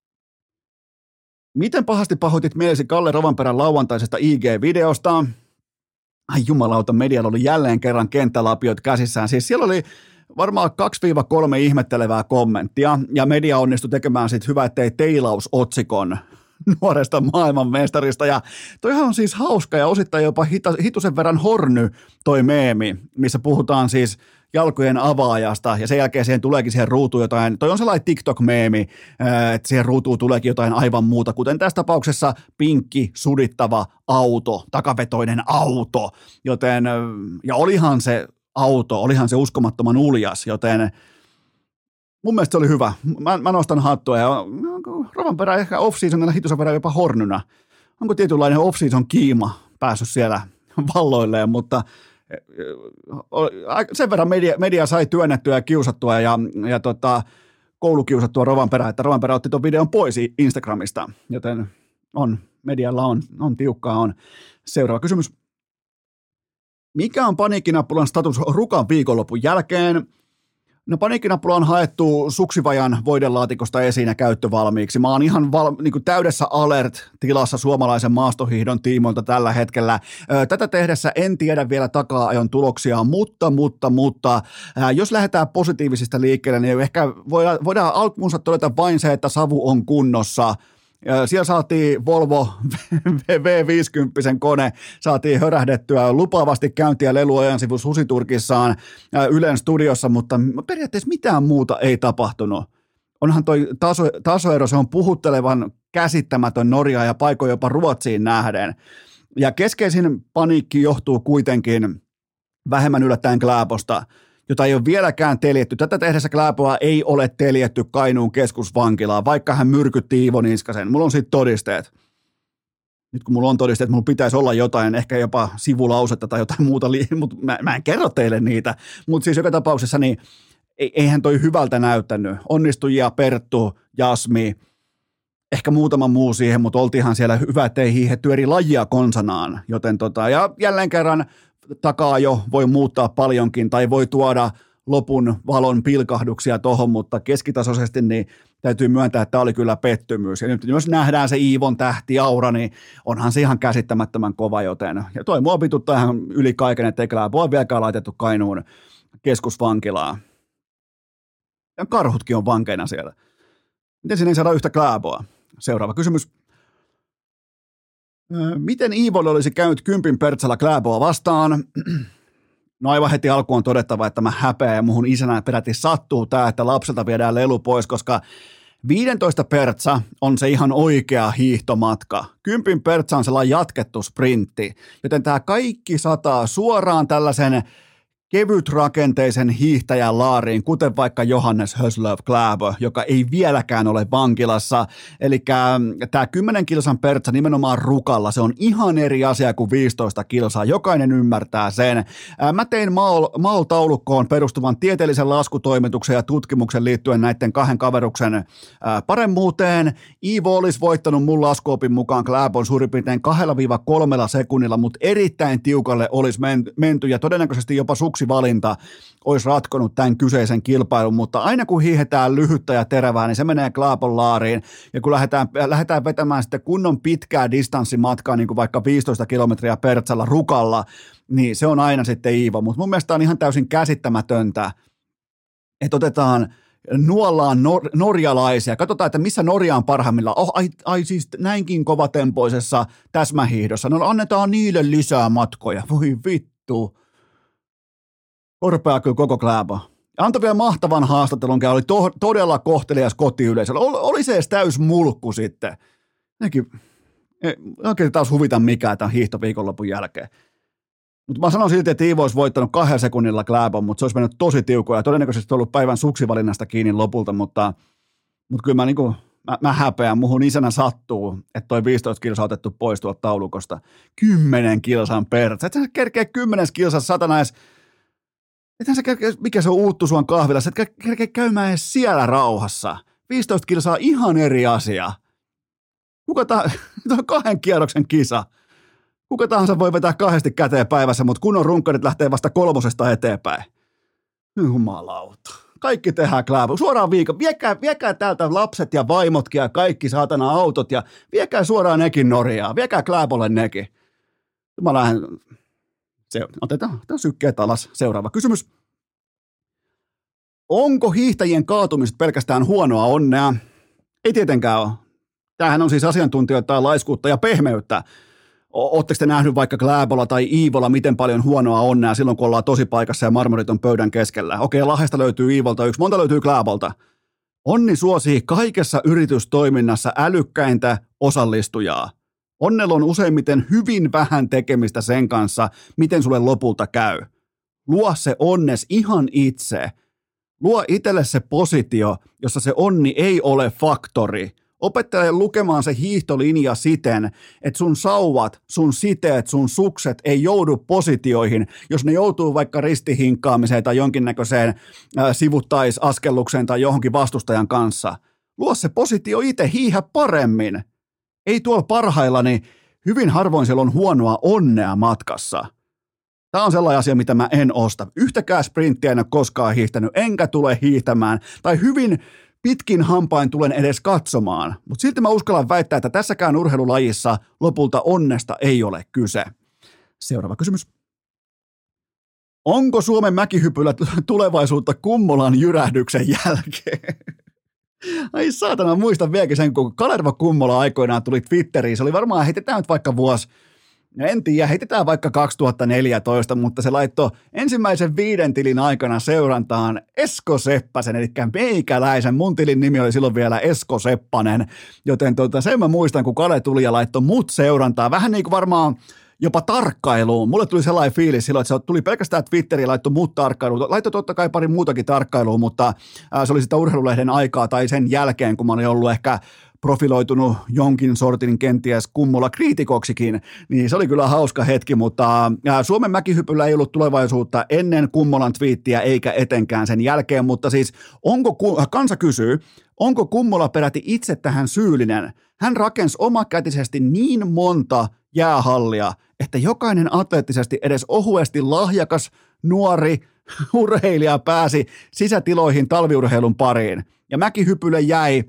Miten pahasti pahoitit mielesi Kalle Rovanperän lauantaisesta IG-videosta? Ai jumalauta, medialla oli jälleen kerran kenttälapiot käsissään. Siis siellä oli varmaan 2-3 ihmettelevää kommenttia, ja media onnistui tekemään siitä hyvä, ettei teilausotsikon nuoresta maailmanmestarista, ja toihan on siis hauska ja osittain jopa hitusen verran horny toi meemi, missä puhutaan siis jalkojen avaajasta, ja sen jälkeen siihen tuleekin siihen ruutuun jotain, toi on sellainen TikTok-meemi, että siihen ruutuun tuleekin jotain aivan muuta, kuten tässä tapauksessa pinkki, sudittava auto, takavetoinen auto, joten, ja olihan se uskomattoman uljas, joten mun mielestä se oli hyvä. Mä nostan hattua, ja Rovanperä ehkä off-seasonilla hitusen verran jopa hornynä. Onko tietynlainen off-season kiima päässyt siellä valloilleen, mutta sen verran media sai työnnettyä ja kiusattua ja koulukiusattua Rovanperää, että Rovanperä otti tuon videon pois Instagramista, joten medialla on tiukkaa on. Seuraava kysymys. Mikä on paniikkinappulan status Rukan viikonlopun jälkeen? No paniikkinappula on haettu suksivajan voidelaatikosta esiin ja käyttövalmiiksi. Mä oon ihan niin täydessä alert-tilassa suomalaisen maastohiihdon tiimoilta tällä hetkellä. Tätä tehdessä en tiedä vielä takaa-ajon tuloksia, mutta jos lähdetään positiivisista liikkeelle, niin ehkä voidaan alkuunsa todeta vain se, että savu on kunnossa. Siellä saatiin Volvo V50 kone, saatiin hörähdettyä lupaavasti käyntiä leluajan sivu Susiturkissaan Ylen studiossa, mutta periaatteessa mitään muuta ei tapahtunut. Onhan toi tasoero, se on puhuttelevan käsittämätön Norjaa ja paikoin jopa Ruotsiin nähden. Ja keskeisin paniikki johtuu kuitenkin vähemmän yllättäen Kläbosta, jota ei ole vieläkään teljetty. Tätä tehdessä Kläboa ei ole teljetty Kainuun keskusvankilaan, vaikka hän myrkytti Iivo Niskasen. Mulla on siitä todisteet. Nyt kun mulla on todisteet, mulla pitäisi olla jotain, ehkä jopa sivulausetta tai jotain muuta, mutta mä en kerro teille niitä. Mutta siis joka tapauksessa, niin eihän toi hyvältä näyttänyt. Onnistujia Perttu, Jasmi, ehkä muutama muu siihen, mutta oltiinhan siellä hyvä, ettei hiihetty eri lajia konsanaan. Joten ja jälleen kerran takaa jo voi muuttaa paljonkin tai voi tuoda lopun valon pilkahduksia tohon, mutta keskitasoisesti niin täytyy myöntää, että tämä oli kyllä pettymys. Ja nyt jos nähdään se Iivon tähtiaura, niin onhan se ihan käsittämättömän kova, joten ja toi mua pituttaa ihan yli kaiken, ettei Kläboa vieläkään laitettu Kainuun keskusvankilaan. Karhutkin on vankeina siellä. Miten sinne ei saada yhtä Klæboa? Seuraava kysymys. Miten Iivolle olisi käynyt 10 pertsalla Klæboa vastaan? No aivan heti alkuun on todettava, että mä häpeän ja muhun isänä peräti sattuu tää, että lapselta viedään lelu pois, koska 15 pertsa on se ihan oikea hiihtomatka. 10 pertsa on sellainen jatkettu sprintti, joten tämä kaikki sataa suoraan tällaisen kevytrakenteisen hiihtäjän laariin, kuten vaikka Johannes Höslöv Klæbo, joka ei vieläkään ole vankilassa. Eli tämä 10 kilsan pertsa nimenomaan rukalla, se on ihan eri asia kuin 15 kilsaa. Jokainen ymmärtää sen. Mä tein MAL-taulukkoon perustuvan tieteellisen laskutoimituksen ja tutkimuksen liittyen näiden kahden kaveruksen paremmuuteen. Iivo olisi voittanut mun laskuopin mukaan Klæbon suurin piirtein 2-3 sekunnilla, mutta erittäin tiukalle olisi menty ja todennäköisesti jopa valinta olisi ratkonut tämän kyseisen kilpailun, mutta aina kun hiihetään lyhyttä ja terävää, niin se menee Klæbon laariin, ja kun lähdetään vetämään sitten kunnon pitkää distanssimatkaa, niin kuin vaikka 15 kilometriä pertsalla rukalla, niin se on aina sitten Iivo, mutta mun mielestä on ihan täysin käsittämätöntä, että nuollaan norjalaisia, katsotaan, että missä Norja on parhaimmillaan, siis näinkin kovatempoisessa täsmähiihdossa, no annetaan niille lisää matkoja, voi vittu. Orpea kyllä koko Klæbo. Antoi vielä mahtavan haastattelun, oli todella kohtelias kotiyleisöllä. Oli se edes täys mulkku sitten. Oikein taas huvita mikään tämän hiihtoviikonlopun jälkeen. Mutta mä sanon silti, että Iivo olisi voittanut 2 sekunnilla Klæbon, mutta se olisi mennyt tosi tiukoja ja todennäköisesti ollut päivän suksivalinnasta kiinni lopulta, mutta kyllä mä häpeän, muhun isänä sattuu, että toi 15 kilsaa otettu pois tuolta taulukosta. 10 kilsan pertsa. Et sä kerkeä 10 kilsassa satanais. Ethän sä kerkeä, mikä se on Uuttusuon kahvilassa, et kerkeä käymään edes siellä rauhassa. 15 kilsaa ihan eri asia. Tuo on 2 kierroksen kisa. Kuka tahansa voi vetää 2 käteen päivässä, mutta kunnon runkkarit lähtee vasta 3 eteenpäin. Jumalauta. Kaikki tehdään Klæbo. Suoraan viikon. Viekää täältä lapset ja vaimotkin ja kaikki saatana autot ja viekää suoraan nekin Norjaan. Viekää Klæbolle nekin. Mä lähden. Otetaan sykkeet alas. Seuraava kysymys. Onko hiihtäjien kaatumiset pelkästään huonoa onnea? Ei tietenkään ole. Tämähän on siis asiantuntijoita, laiskuutta ja pehmeyttä. Oletteko te nähnyt vaikka Klæbolla tai Iivolla miten paljon huonoa onnea silloin, kun ollaan tosi paikassa ja marmorit on pöydän keskellä? Okei, Lahdesta löytyy Iivolta yksi, monta löytyy Klæbolta. Onni suosii kaikessa yritystoiminnassa älykkäintä osallistujaa. Onnella on useimmiten hyvin vähän tekemistä sen kanssa, miten sulle lopulta käy. Luo se onnes ihan itse. Luo itselle se positio, jossa se onni ei ole faktori. Opettele lukemaan se hiihtolinja siten, että sun sauvat, sun siteet, sun sukset ei joudu positioihin, jos ne joutuu vaikka ristihinkkaamiseen tai jonkinnäköiseen sivuttaisaskellukseen tai johonkin vastustajan kanssa. Luo se positio itse, hiihä paremmin. Ei tuolla parhaillani, hyvin harvoin siellä on huonoa onnea matkassa. Tämä on sellainen asia, mitä mä en osta. Yhtäkään sprinttiä en ole koskaan hiihtänyt, enkä tule hiihtämään. Tai hyvin pitkin hampain tulen edes katsomaan. Mutta silti mä uskallan väittää, että tässäkään urheilulajissa lopulta onnesta ei ole kyse. Seuraava kysymys. Onko Suomen mäkihypyllä tulevaisuutta Kummolan jyrähdyksen jälkeen? Ai saatana, muistan vieläkin sen, kun Kalervo Kummola aikoinaan tuli Twitteriin. Se oli varmaan, heitetään nyt vaikka vuosi, en tiedä, heitetään vaikka 2014, mutta se laittoi ensimmäisen 5 tilin aikana seurantaan Esko Seppäsen, eli meikäläisen. Mun tilin nimi oli silloin vielä Esko Seppänen, joten sen mä muistan, kun Kale tuli ja laittoi mut seurantaa. Vähän niin kuin varmaan jopa tarkkailuun. Mulle tuli sellainen fiilis silloin, että se tuli pelkästään Twitteriin ja laittoi mut tarkkailuun. Laittoi totta kai pari muutakin tarkkailuun, mutta se oli sitä urheilulehden aikaa tai sen jälkeen, kun mä olin ollut ehkä profiloitunut jonkin sortin kenties Kummola kriitikoksikin, niin se oli kyllä hauska hetki, mutta Suomen mäkihypyllä ei ollut tulevaisuutta ennen Kummolan twiittiä eikä etenkään sen jälkeen, mutta siis kansa kysyy, onko Kummola peräti itse tähän syyllinen? Hän rakensi omakätisesti niin monta jäähallia, että jokainen atleettisesti edes ohuesti lahjakas, nuori urheilija pääsi sisätiloihin talviurheilun pariin. Ja mäkihypylle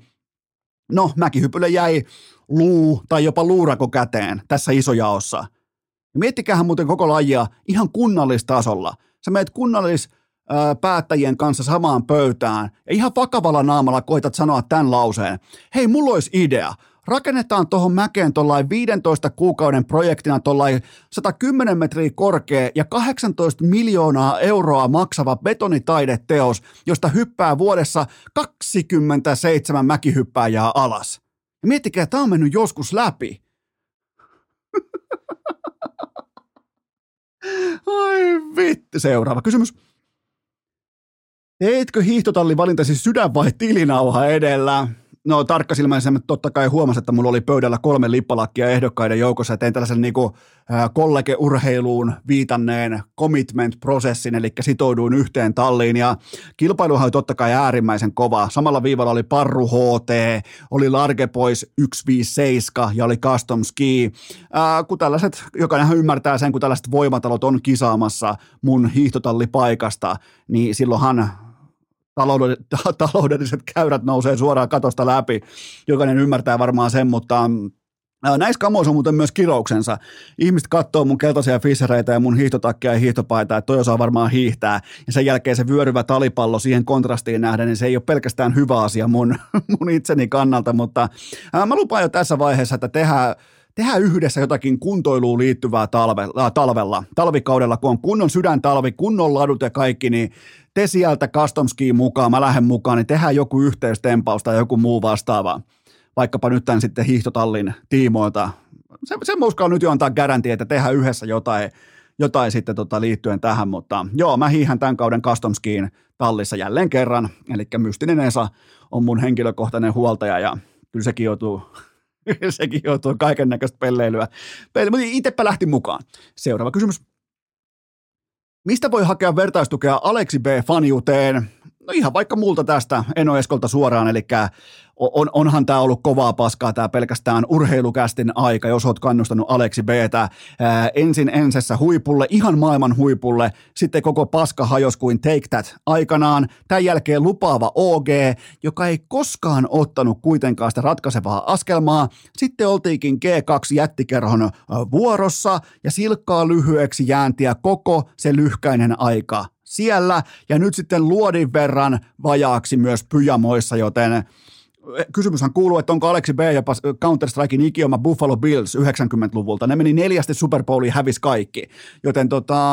jäi luu tai jopa luurako käteen tässä isojaossa. Ja miettikähän muuten koko lajia ihan kunnallistasolla. Sä meet päättäjien kanssa samaan pöytään ja ihan vakavalla naamalla koitat sanoa tämän lauseen. Hei, mulla olisi idea. Rakennetaan tuohon mäkeen tuollain 15 kuukauden projektina tuollain 110 metriä korkea ja 18 miljoonaa euroa maksava betonitaideteos, josta hyppää vuodessa 27 mäkihyppääjää alas. Ja miettikää, tämä on mennyt joskus läpi. Ai vittu. Seuraava kysymys. Teitkö hiihtotallivalintasi sydän vai tilinauha edellä? No tarkkasilmäisenä totta kai huomasin, että mulla oli pöydällä 3 lippalakkia ehdokkaiden joukossa ja tein tällaisen niinku kollegeurheiluun viitanneen commitment-prosessin, eli sitouduin yhteen talliin ja kilpailuhan oli totta kai äärimmäisen kova. Samalla viivalla oli Parru HT, oli Large Boys 157 ja oli Custom Ski. Kun tällaiset, jokainenhan ymmärtää sen, kun tällaiset voimatalot on kisaamassa mun hiihtotallipaikasta, niin silloinhan taloudelliset käyrät nousee suoraan katosta läpi. Jokainen ymmärtää varmaan sen, mutta näissä kamoissa on muuten myös kirouksensa. Ihmiset katsoo mun keltaisia fissereitä ja mun hiihtotakkia ja hiihtopaitaa, että toi osaa varmaan hiihtää. Ja sen jälkeen se vyöryvä talipallo siihen kontrastiin nähden, niin se ei ole pelkästään hyvä asia mun itseni kannalta, mutta mä lupaan jo tässä vaiheessa, että tehdään yhdessä jotakin kuntoiluun liittyvää talvikaudella, kun on kunnon sydäntalvi, kunnon ladut ja kaikki, niin te sieltä Custom Skiin mukaan, mä lähden mukaan, niin tehdään joku yhteystempaus tai joku muu vastaava, vaikkapa nyt tämän sitten hiihtotallin tiimoilta. Se uskaa nyt jo antaa garantia, että tehdään yhdessä jotain sitten liittyen tähän, mutta joo, mä hiihän tämän kauden Custom Skiin tallissa jälleen kerran, eli Mystinen Esa on mun henkilökohtainen huoltaja ja kyllä sekin joutuu kaiken näköistä pelleilyä. Mutta itsepä lähti mukaan. Seuraava kysymys. Mistä voi hakea vertaistukea Aleksi B-faniuteen? No ihan vaikka multa tästä, Eno Eskolta suoraan, eli onhan tämä ollut kovaa paskaa tämä pelkästään urheilukästin aika, jos oot kannustanut Aleksi B:tä ensin ensessä huipulle, ihan maailman huipulle, sitten koko paska hajos kuin Take That aikanaan, tämän jälkeen lupaava OG, joka ei koskaan ottanut kuitenkaan sitä ratkaisevaa askelmaa, sitten oltiinkin G2-jättikerhon vuorossa ja silkkaa lyhyeksi jääntiä koko se lyhkäinen aika siellä, ja nyt sitten luodin verran vajaaksi myös pyjamoissa, joten kysymyshän kuuluu, että onko Aleksi B jopa Counter-Strikein ikioma Buffalo Bills 90-luvulta. Ne meni 4 Super Bowliin, hävisi kaikki. Joten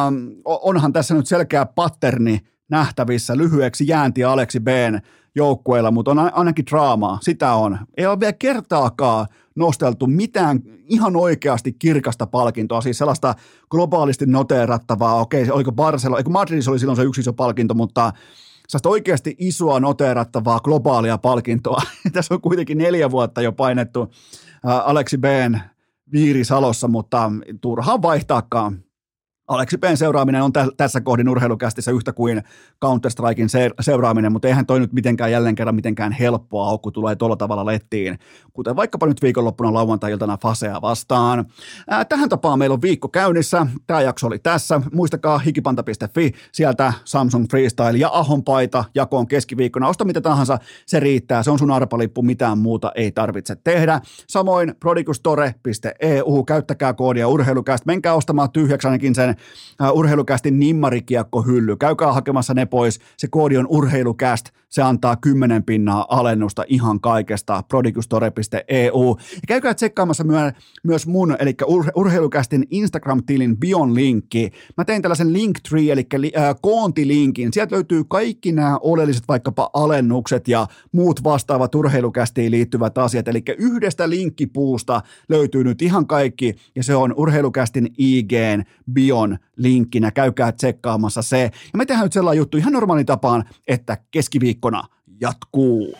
onhan tässä nyt selkeä patterni nähtävissä lyhyeksi jäänti Aleksi B:n joukkueilla, mutta on ainakin draamaa. Sitä on. Ei ole vielä kertaakaan nosteltu mitään ihan oikeasti kirkasta palkintoa, siis sellaista globaalisti noteerattavaa. Okei, oliko Madridissa oli silloin se yksi iso palkinto, mutta sellaista oikeasti isoa noteerattavaa globaalia palkintoa. Tässä on kuitenkin 4 vuotta jo painettu Aleksi B:n viirisalossa, mutta turhaan vaihtaakaan. Aleksi B:n seuraaminen on tässä kohdin urheilukästissä yhtä kuin Counter-Strikein seuraaminen, mutta eihän toi nyt jälleen kerran mitenkään helppoa ole, kun tulee tuolla tavalla lettiin, kuten vaikkapa nyt viikonloppuna lauantai-iltana Fasea vastaan. Tähän tapaan meillä on viikko käynnissä. Tämä jakso oli tässä. Muistakaa hikipanta.fi, sieltä Samsung Freestyle ja Ahon paita jakoon keskiviikkona. Osta mitä tahansa, se riittää. Se on sun arpalippu, mitään muuta ei tarvitse tehdä. Samoin prodigustore.eu, käyttäkää koodia urheilukäst. Menkää ostamaan tyhjäksi ainakin sen urheilukästin nimmarikiekkohylly. Käykää hakemassa ne pois. Se koodi on urheilukäst. Se antaa 10 pinnaa alennusta ihan kaikesta. prodigustore.eu. Ja käykää tsekkaamassa myös mun, eli urheilukästin Instagram-tilin bion linkki. Mä tein tällaisen Linktree, eli koontilinkin. Sieltä löytyy kaikki nämä oleelliset vaikkapa alennukset ja muut vastaavat urheilukästiin liittyvät asiat. Eli yhdestä linkkipuusta löytyy nyt ihan kaikki, ja se on urheilukästin IG:n bion linkkinä. Käykää tsekkaamassa se. Ja me tehdään nyt sellainen juttu ihan normaali tapaan, että keskiviikkona jatkuu.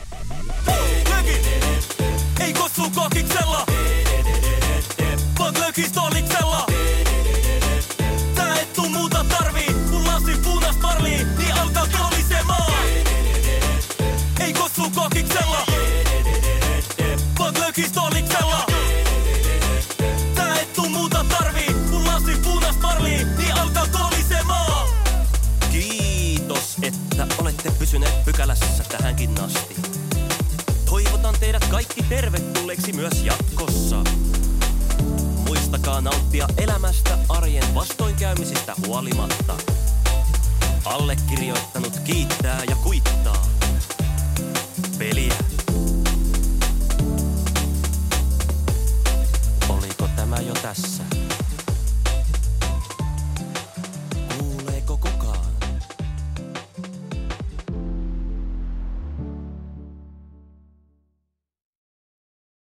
Ei kossu kokiksella, vaan lökistoliksella. Tää et tuu muuta tarvii, kun lasin punas parlii, niin alkaa kolisemaan. Ei kossu kokiksella, vaan lökistoliksella. Tää et tuu muuta tarvii, kun lasin punas parlii, niin alkaa kolisemaan. Kiitos, että olette pysyneet pykälässä tähänkin asti. Toivotan teidät kaikki tervetulleeksi myös jatkossa. Muistakaa nauttia elämästä arjen vastoinkäymisistä huolimatta. Allekirjoittanut kiittää ja kuittaa.